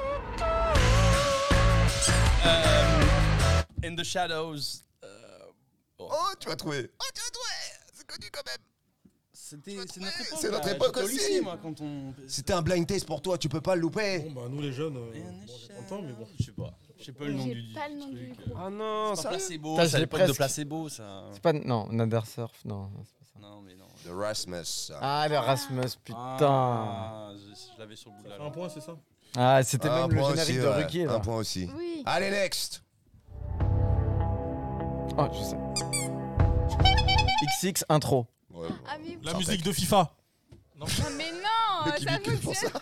Euh, In the Shadows. euh, Oh, tu vas trouver. Oh, tu vas trouver. C'est connu quand même. C'était c'est notre époque. C'est notre là. époque J'étais au aussi. lycée, moi, quand on... C'était un blind test pour toi, tu peux pas le louper. Bon, bah, nous les jeunes, euh, In bon, the on est contents, mais bon. Je sais pas. Je sais pas le nom J'ai du pas le nom du truc. groupe. Ah non, C'est pas placebo. Ça, C'est je à l'ai l'époque presque. de placebo, ça. C'est pas. Non, Nader Surf, non. c'est pas ça. Non, mais non. The Rasmus. Ah, le Rasmus, putain. Ah, je, je l'avais sur le bout de la Ça fait un langue. point, c'est ça? Ah, c'était Un même le point générique aussi, de ouais. Ruki. Un Là. point aussi. Oui. Allez, next. Oh, je sais. X X intro. Ouais, Ah, mais La Ça musique pète. de FIFA. non, mais non, qui ça vit que pour fonctionne.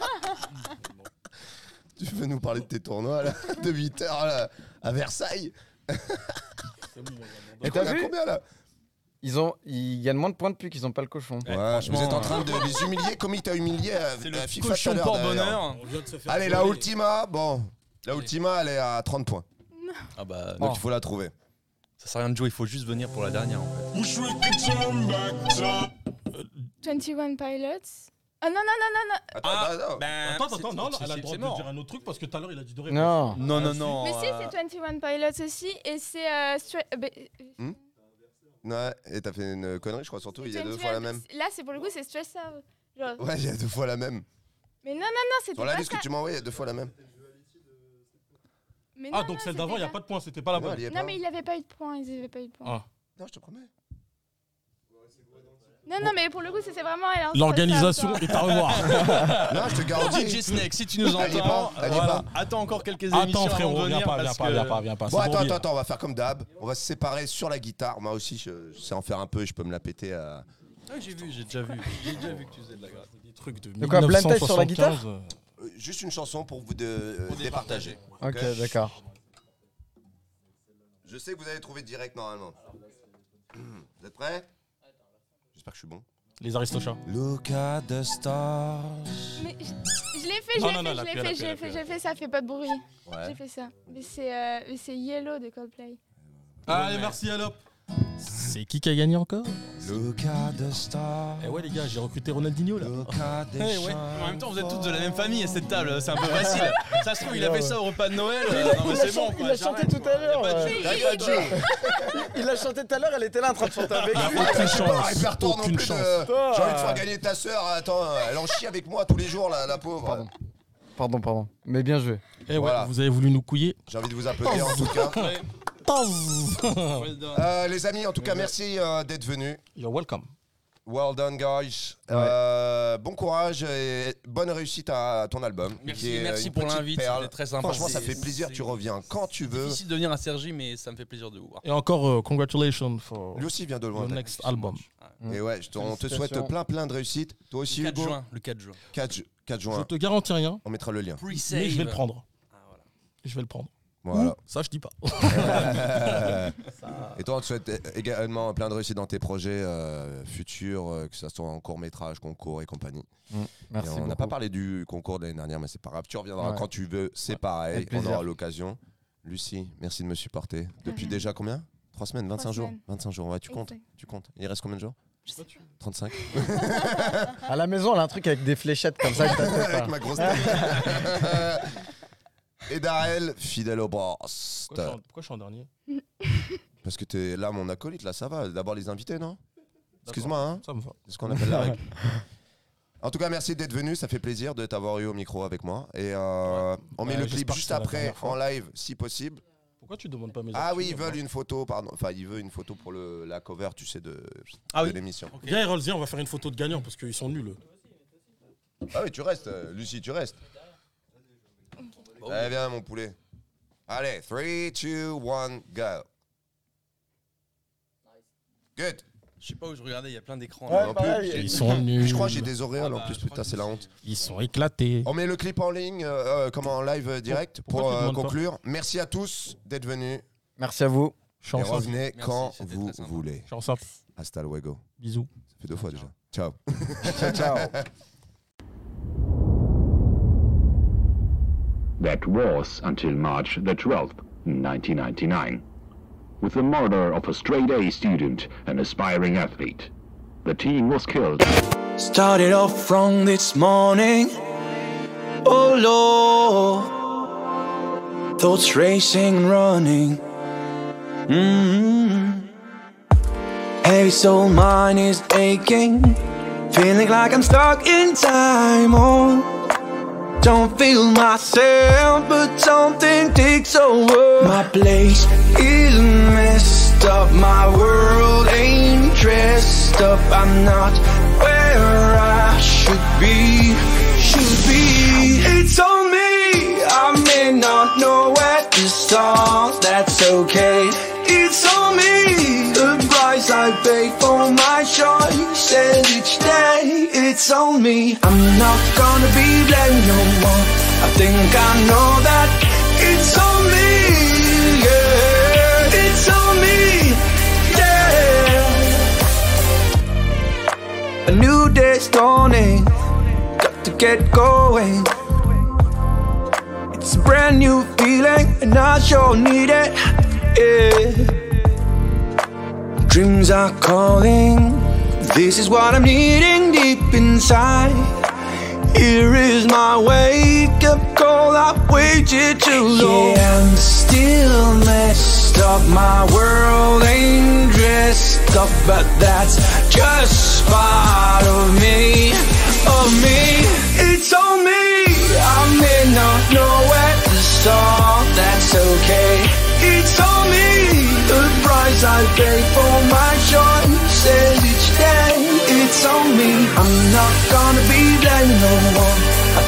Tu veux nous parler de tes tournois là, de huit heures là, à Versailles? C'est bon, on va Et On t'as a vu combien là? Ils ont, ils gagnent moins de points depuis qu'ils ont pas le cochon. Ouais, Ouais, vous êtes en franchement, train de les humilier comme il t'a humilié à, C'est à le FIFA cochon tout à l'heure, d'ailleurs. porte-bonheur. On vient de se faire Allez, la violer. Ultima, bon. La Ultima, elle est à trente points. Ah bah, Donc Oh. il faut la trouver. ça sert à rien de jouer, il faut juste venir pour la dernière en fait. vingt et un Pilots. Ah non, non, non, non, non. Attends, Ah, attends, attends. ben, Attends, c'est- attends, non, non, c'est- elle a le c'est- droit c'est de mort. dire un autre truc parce que tout à l'heure il a dit deux réponses. Non. Non, non, non. Mais si, euh, c'est vingt et un Pilots aussi. Et c'est. Euh, Stra- euh, bah, euh, Ouais, et t'as fait une connerie, je crois, surtout, il y a deux vingt et un, fois la même. Là, c'est pour le coup, c'est Stress Out. Genre. Ouais, il y a deux fois la même. Mais non, non, non, c'était Sur la pas liste ça. que tu m'as envoyée, il y a deux fois la même. Mais Ah, non, donc non, celle d'avant, il c'était n'y a pas de points, c'était pas la Non, bonne. elle y est Non, pas. mais il n'avait pas eu de points. Ils n'avaient pas eu de points. Ah. Non, je te promets. Non, non, mais pour le coup, c'est vraiment. alors, ça, L'organisation ça, est à revoir. Non, je te D J garantis. Snake, si tu nous Elle y est entends, pas, elle y est voilà, pas. attends encore quelques émissions Attends, avant frérot, de viens venir pas, viens parce pas, que- viens pas, viens pas. Bon, c'est attends, pour attends, dire. attends, on va faire comme d'hab. On va se séparer sur la guitare. Moi aussi, je, je sais en faire un peu et je peux me la péter à. Ah, j'ai vu, j'ai déjà vu. J'ai déjà vu que tu faisais de la gratte. Des trucs de De quoi, blind test sur la guitare mille neuf cent soixante-quinze, euh, Euh, juste une chanson pour vous de, euh, Pour départager. Ok, d'accord. Je sais que vous allez trouver direct normalement. Vous êtes prêts? J'espère que je suis bon. Les Aristochats. Look at the stars. Mais je, je l'ai fait, je Non, l'ai non, non, fait, la je l'ai pluie, la fait, pluie, j'ai la fait, pluie. j'ai fait, ça fait pas de bruit. Ouais. J'ai fait ça. Mais c'est euh, mais c'est Yellow de Coldplay. Allez, merci, Alop. C'est qui qui a gagné encore? Look at the stars. Eh ouais, les gars, j'ai recruté Ronaldinho là. Look at the Eh ouais. shines. En même temps, vous êtes tous de la même famille à cette table, c'est un peu facile. Ça se trouve, il a fait ça au repas de Noël. euh, Non, mais c'est bon. Il a chanté tout à l'heure. pas de euh, jeu. Là, il y a Joe. Il a chanté tout à l'heure, elle était là en train de chanter avec lui. Aucune Un chance. répertoire non Aucune plus chance. de. Toi, J'ai envie de euh, faire gagner ta sœur. Attends, elle en chie avec moi tous les jours, la, la pauvre. Pardon. Pardon, pardon. Mais bien joué. Eh ouais, Voilà. vous avez voulu nous couiller. J'ai envie de vous applaudir en tout cas. Well done. Euh, les amis, en tout cas, merci euh, d'être venus. You're welcome. Well done, guys. Euh, bon courage et bonne réussite à ton album. Merci, qui est merci une pour petite l'invite, perle. c'était très sympa. Franchement, ça C'est- fait plaisir. c'est- Tu reviens quand tu veux. Difficile de venir à Cergy, mais ça me fait plaisir de vous voir. Et encore, euh, congratulations for Lui aussi vient de loin. your next album. Et ouais, je te- on te souhaite Félicitations. plein plein de réussite. Toi aussi, Le quatre Hugo. juin. Le quatre juin. quatre, ju- quatre Je juin. te garantis rien, On mettra le lien. Pre-save. mais je vais le prendre. Ah, voilà. Je vais le prendre. Voilà. Ça, je dis pas. Et toi, on te souhaite également plein de réussite dans tes projets euh, futurs, euh, que ce soit en court-métrage, concours et compagnie. Merci Et on n'a beaucoup. pas parlé du concours de l'année dernière, mais c'est pas grave. Tu reviendras Ouais. quand tu veux, c'est pareil. Avec On plaisir. aura l'occasion. Lucie, merci de me supporter. Depuis rien. déjà combien? Trois semaines, vingt-cinq jours semaines. vingt-cinq jours, ouais, tu comptes. Exact. Tu comptes. Il reste combien de jours? trente-cinq. À la maison, elle a un truc avec des fléchettes comme ça. que t'as fait Avec pas. ma grosse tête. Et Darrell, fidèle au boss. Pourquoi je, suis en, pourquoi je suis en dernier? Parce que t'es là, mon acolyte, là, ça va. D'abord les invités, non? Excuse-moi, hein? Ça me va. C'est ce qu'on appelle la règle. En tout cas, merci d'être venu. Ça fait plaisir de t'avoir eu au micro avec moi. Et euh, on met Ouais, le clip j'espère que juste c'est la après dernière fois. en live, si possible. Pourquoi tu demandes pas mes Ah actus, oui, ils moi veulent une photo, pardon. Enfin, ils veulent une photo pour le, la cover, tu sais, de, Ah de oui. l'émission. Viens, Errol, viens, on va faire une photo de gagnant parce qu'ils sont nuls. Ah oui, tu restes, euh, Lucie, tu restes. Allez, viens, mon poulet. Allez, trois, deux, un, go. Good. Je sais pas où je regardais, il y a plein d'écrans. Ouais, Non pareil. plus. Ils sont nuls. Je crois que j'ai des auréoles Ah en bah, plus, je putain, crois c'est que la c'est- honte. Ils sont éclatés. On met le clip en ligne, euh, euh, comment en live direct Pourquoi pour tu euh, demandes pas conclure. Merci à tous d'être venus. Merci à vous. Je suis Et enceinte. revenez Merci, quand c'était vous très sympa. voulez. Je suis enceinte. Hasta luego. Bisous. Ça fait deux fois déjà. Ciao. Ciao, ciao. That was until March the twelfth, nineteen ninety-nine. With the murder of a straight-A student and aspiring athlete, the teen was killed. Started off wrong this morning. Oh Lord, thoughts racing and running. Mm-hmm. Heavy soul, mine is aching. Feeling like I'm stuck in time. Oh, don't feel myself, but something takes over. My place is messed up. My world ain't dressed up. I'm not where I should be, should be. It's on me. I may not know where to start. That's okay. It's on me. The price I pay for my choices each day. It's on me. I'm not gonna be blamed no more. I think I know that. It's on me. Yeah. It's on me. Yeah. A new day's dawning. Got to get going. It's a brand new feeling, and I sure need it. Yeah. Dreams are calling. This is what I'm needing deep inside. Here is my wake up call. I've waited too long. Yeah, I'm still messed up. My world ain't dressed up, but that's just part of me, of me. It's on me. I may not know where to start. That's okay.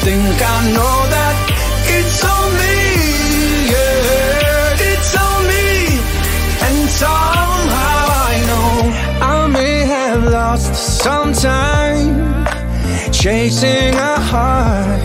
think I know that it's on me, yeah, it's on me. And somehow I know I may have lost some time chasing a heart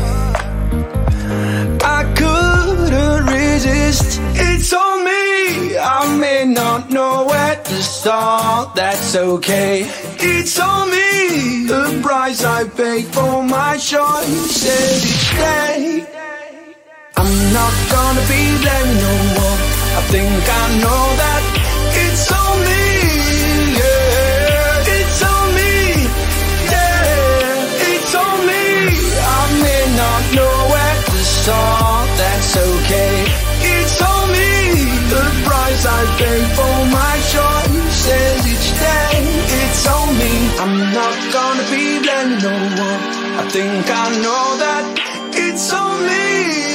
I couldn't resist. It's on me. I may not know where to start, that's okay. It's on me. The price I paid for my choices each day. I'm not gonna be blamed no more. I think I know that it's on me. Yeah, it's on me. Yeah, it's on me. I may not know where to start, that's okay. It's on me. The price I pay for my choices each day. It's on me. I'm not gonna be blamed no more. I think I know that it's on me.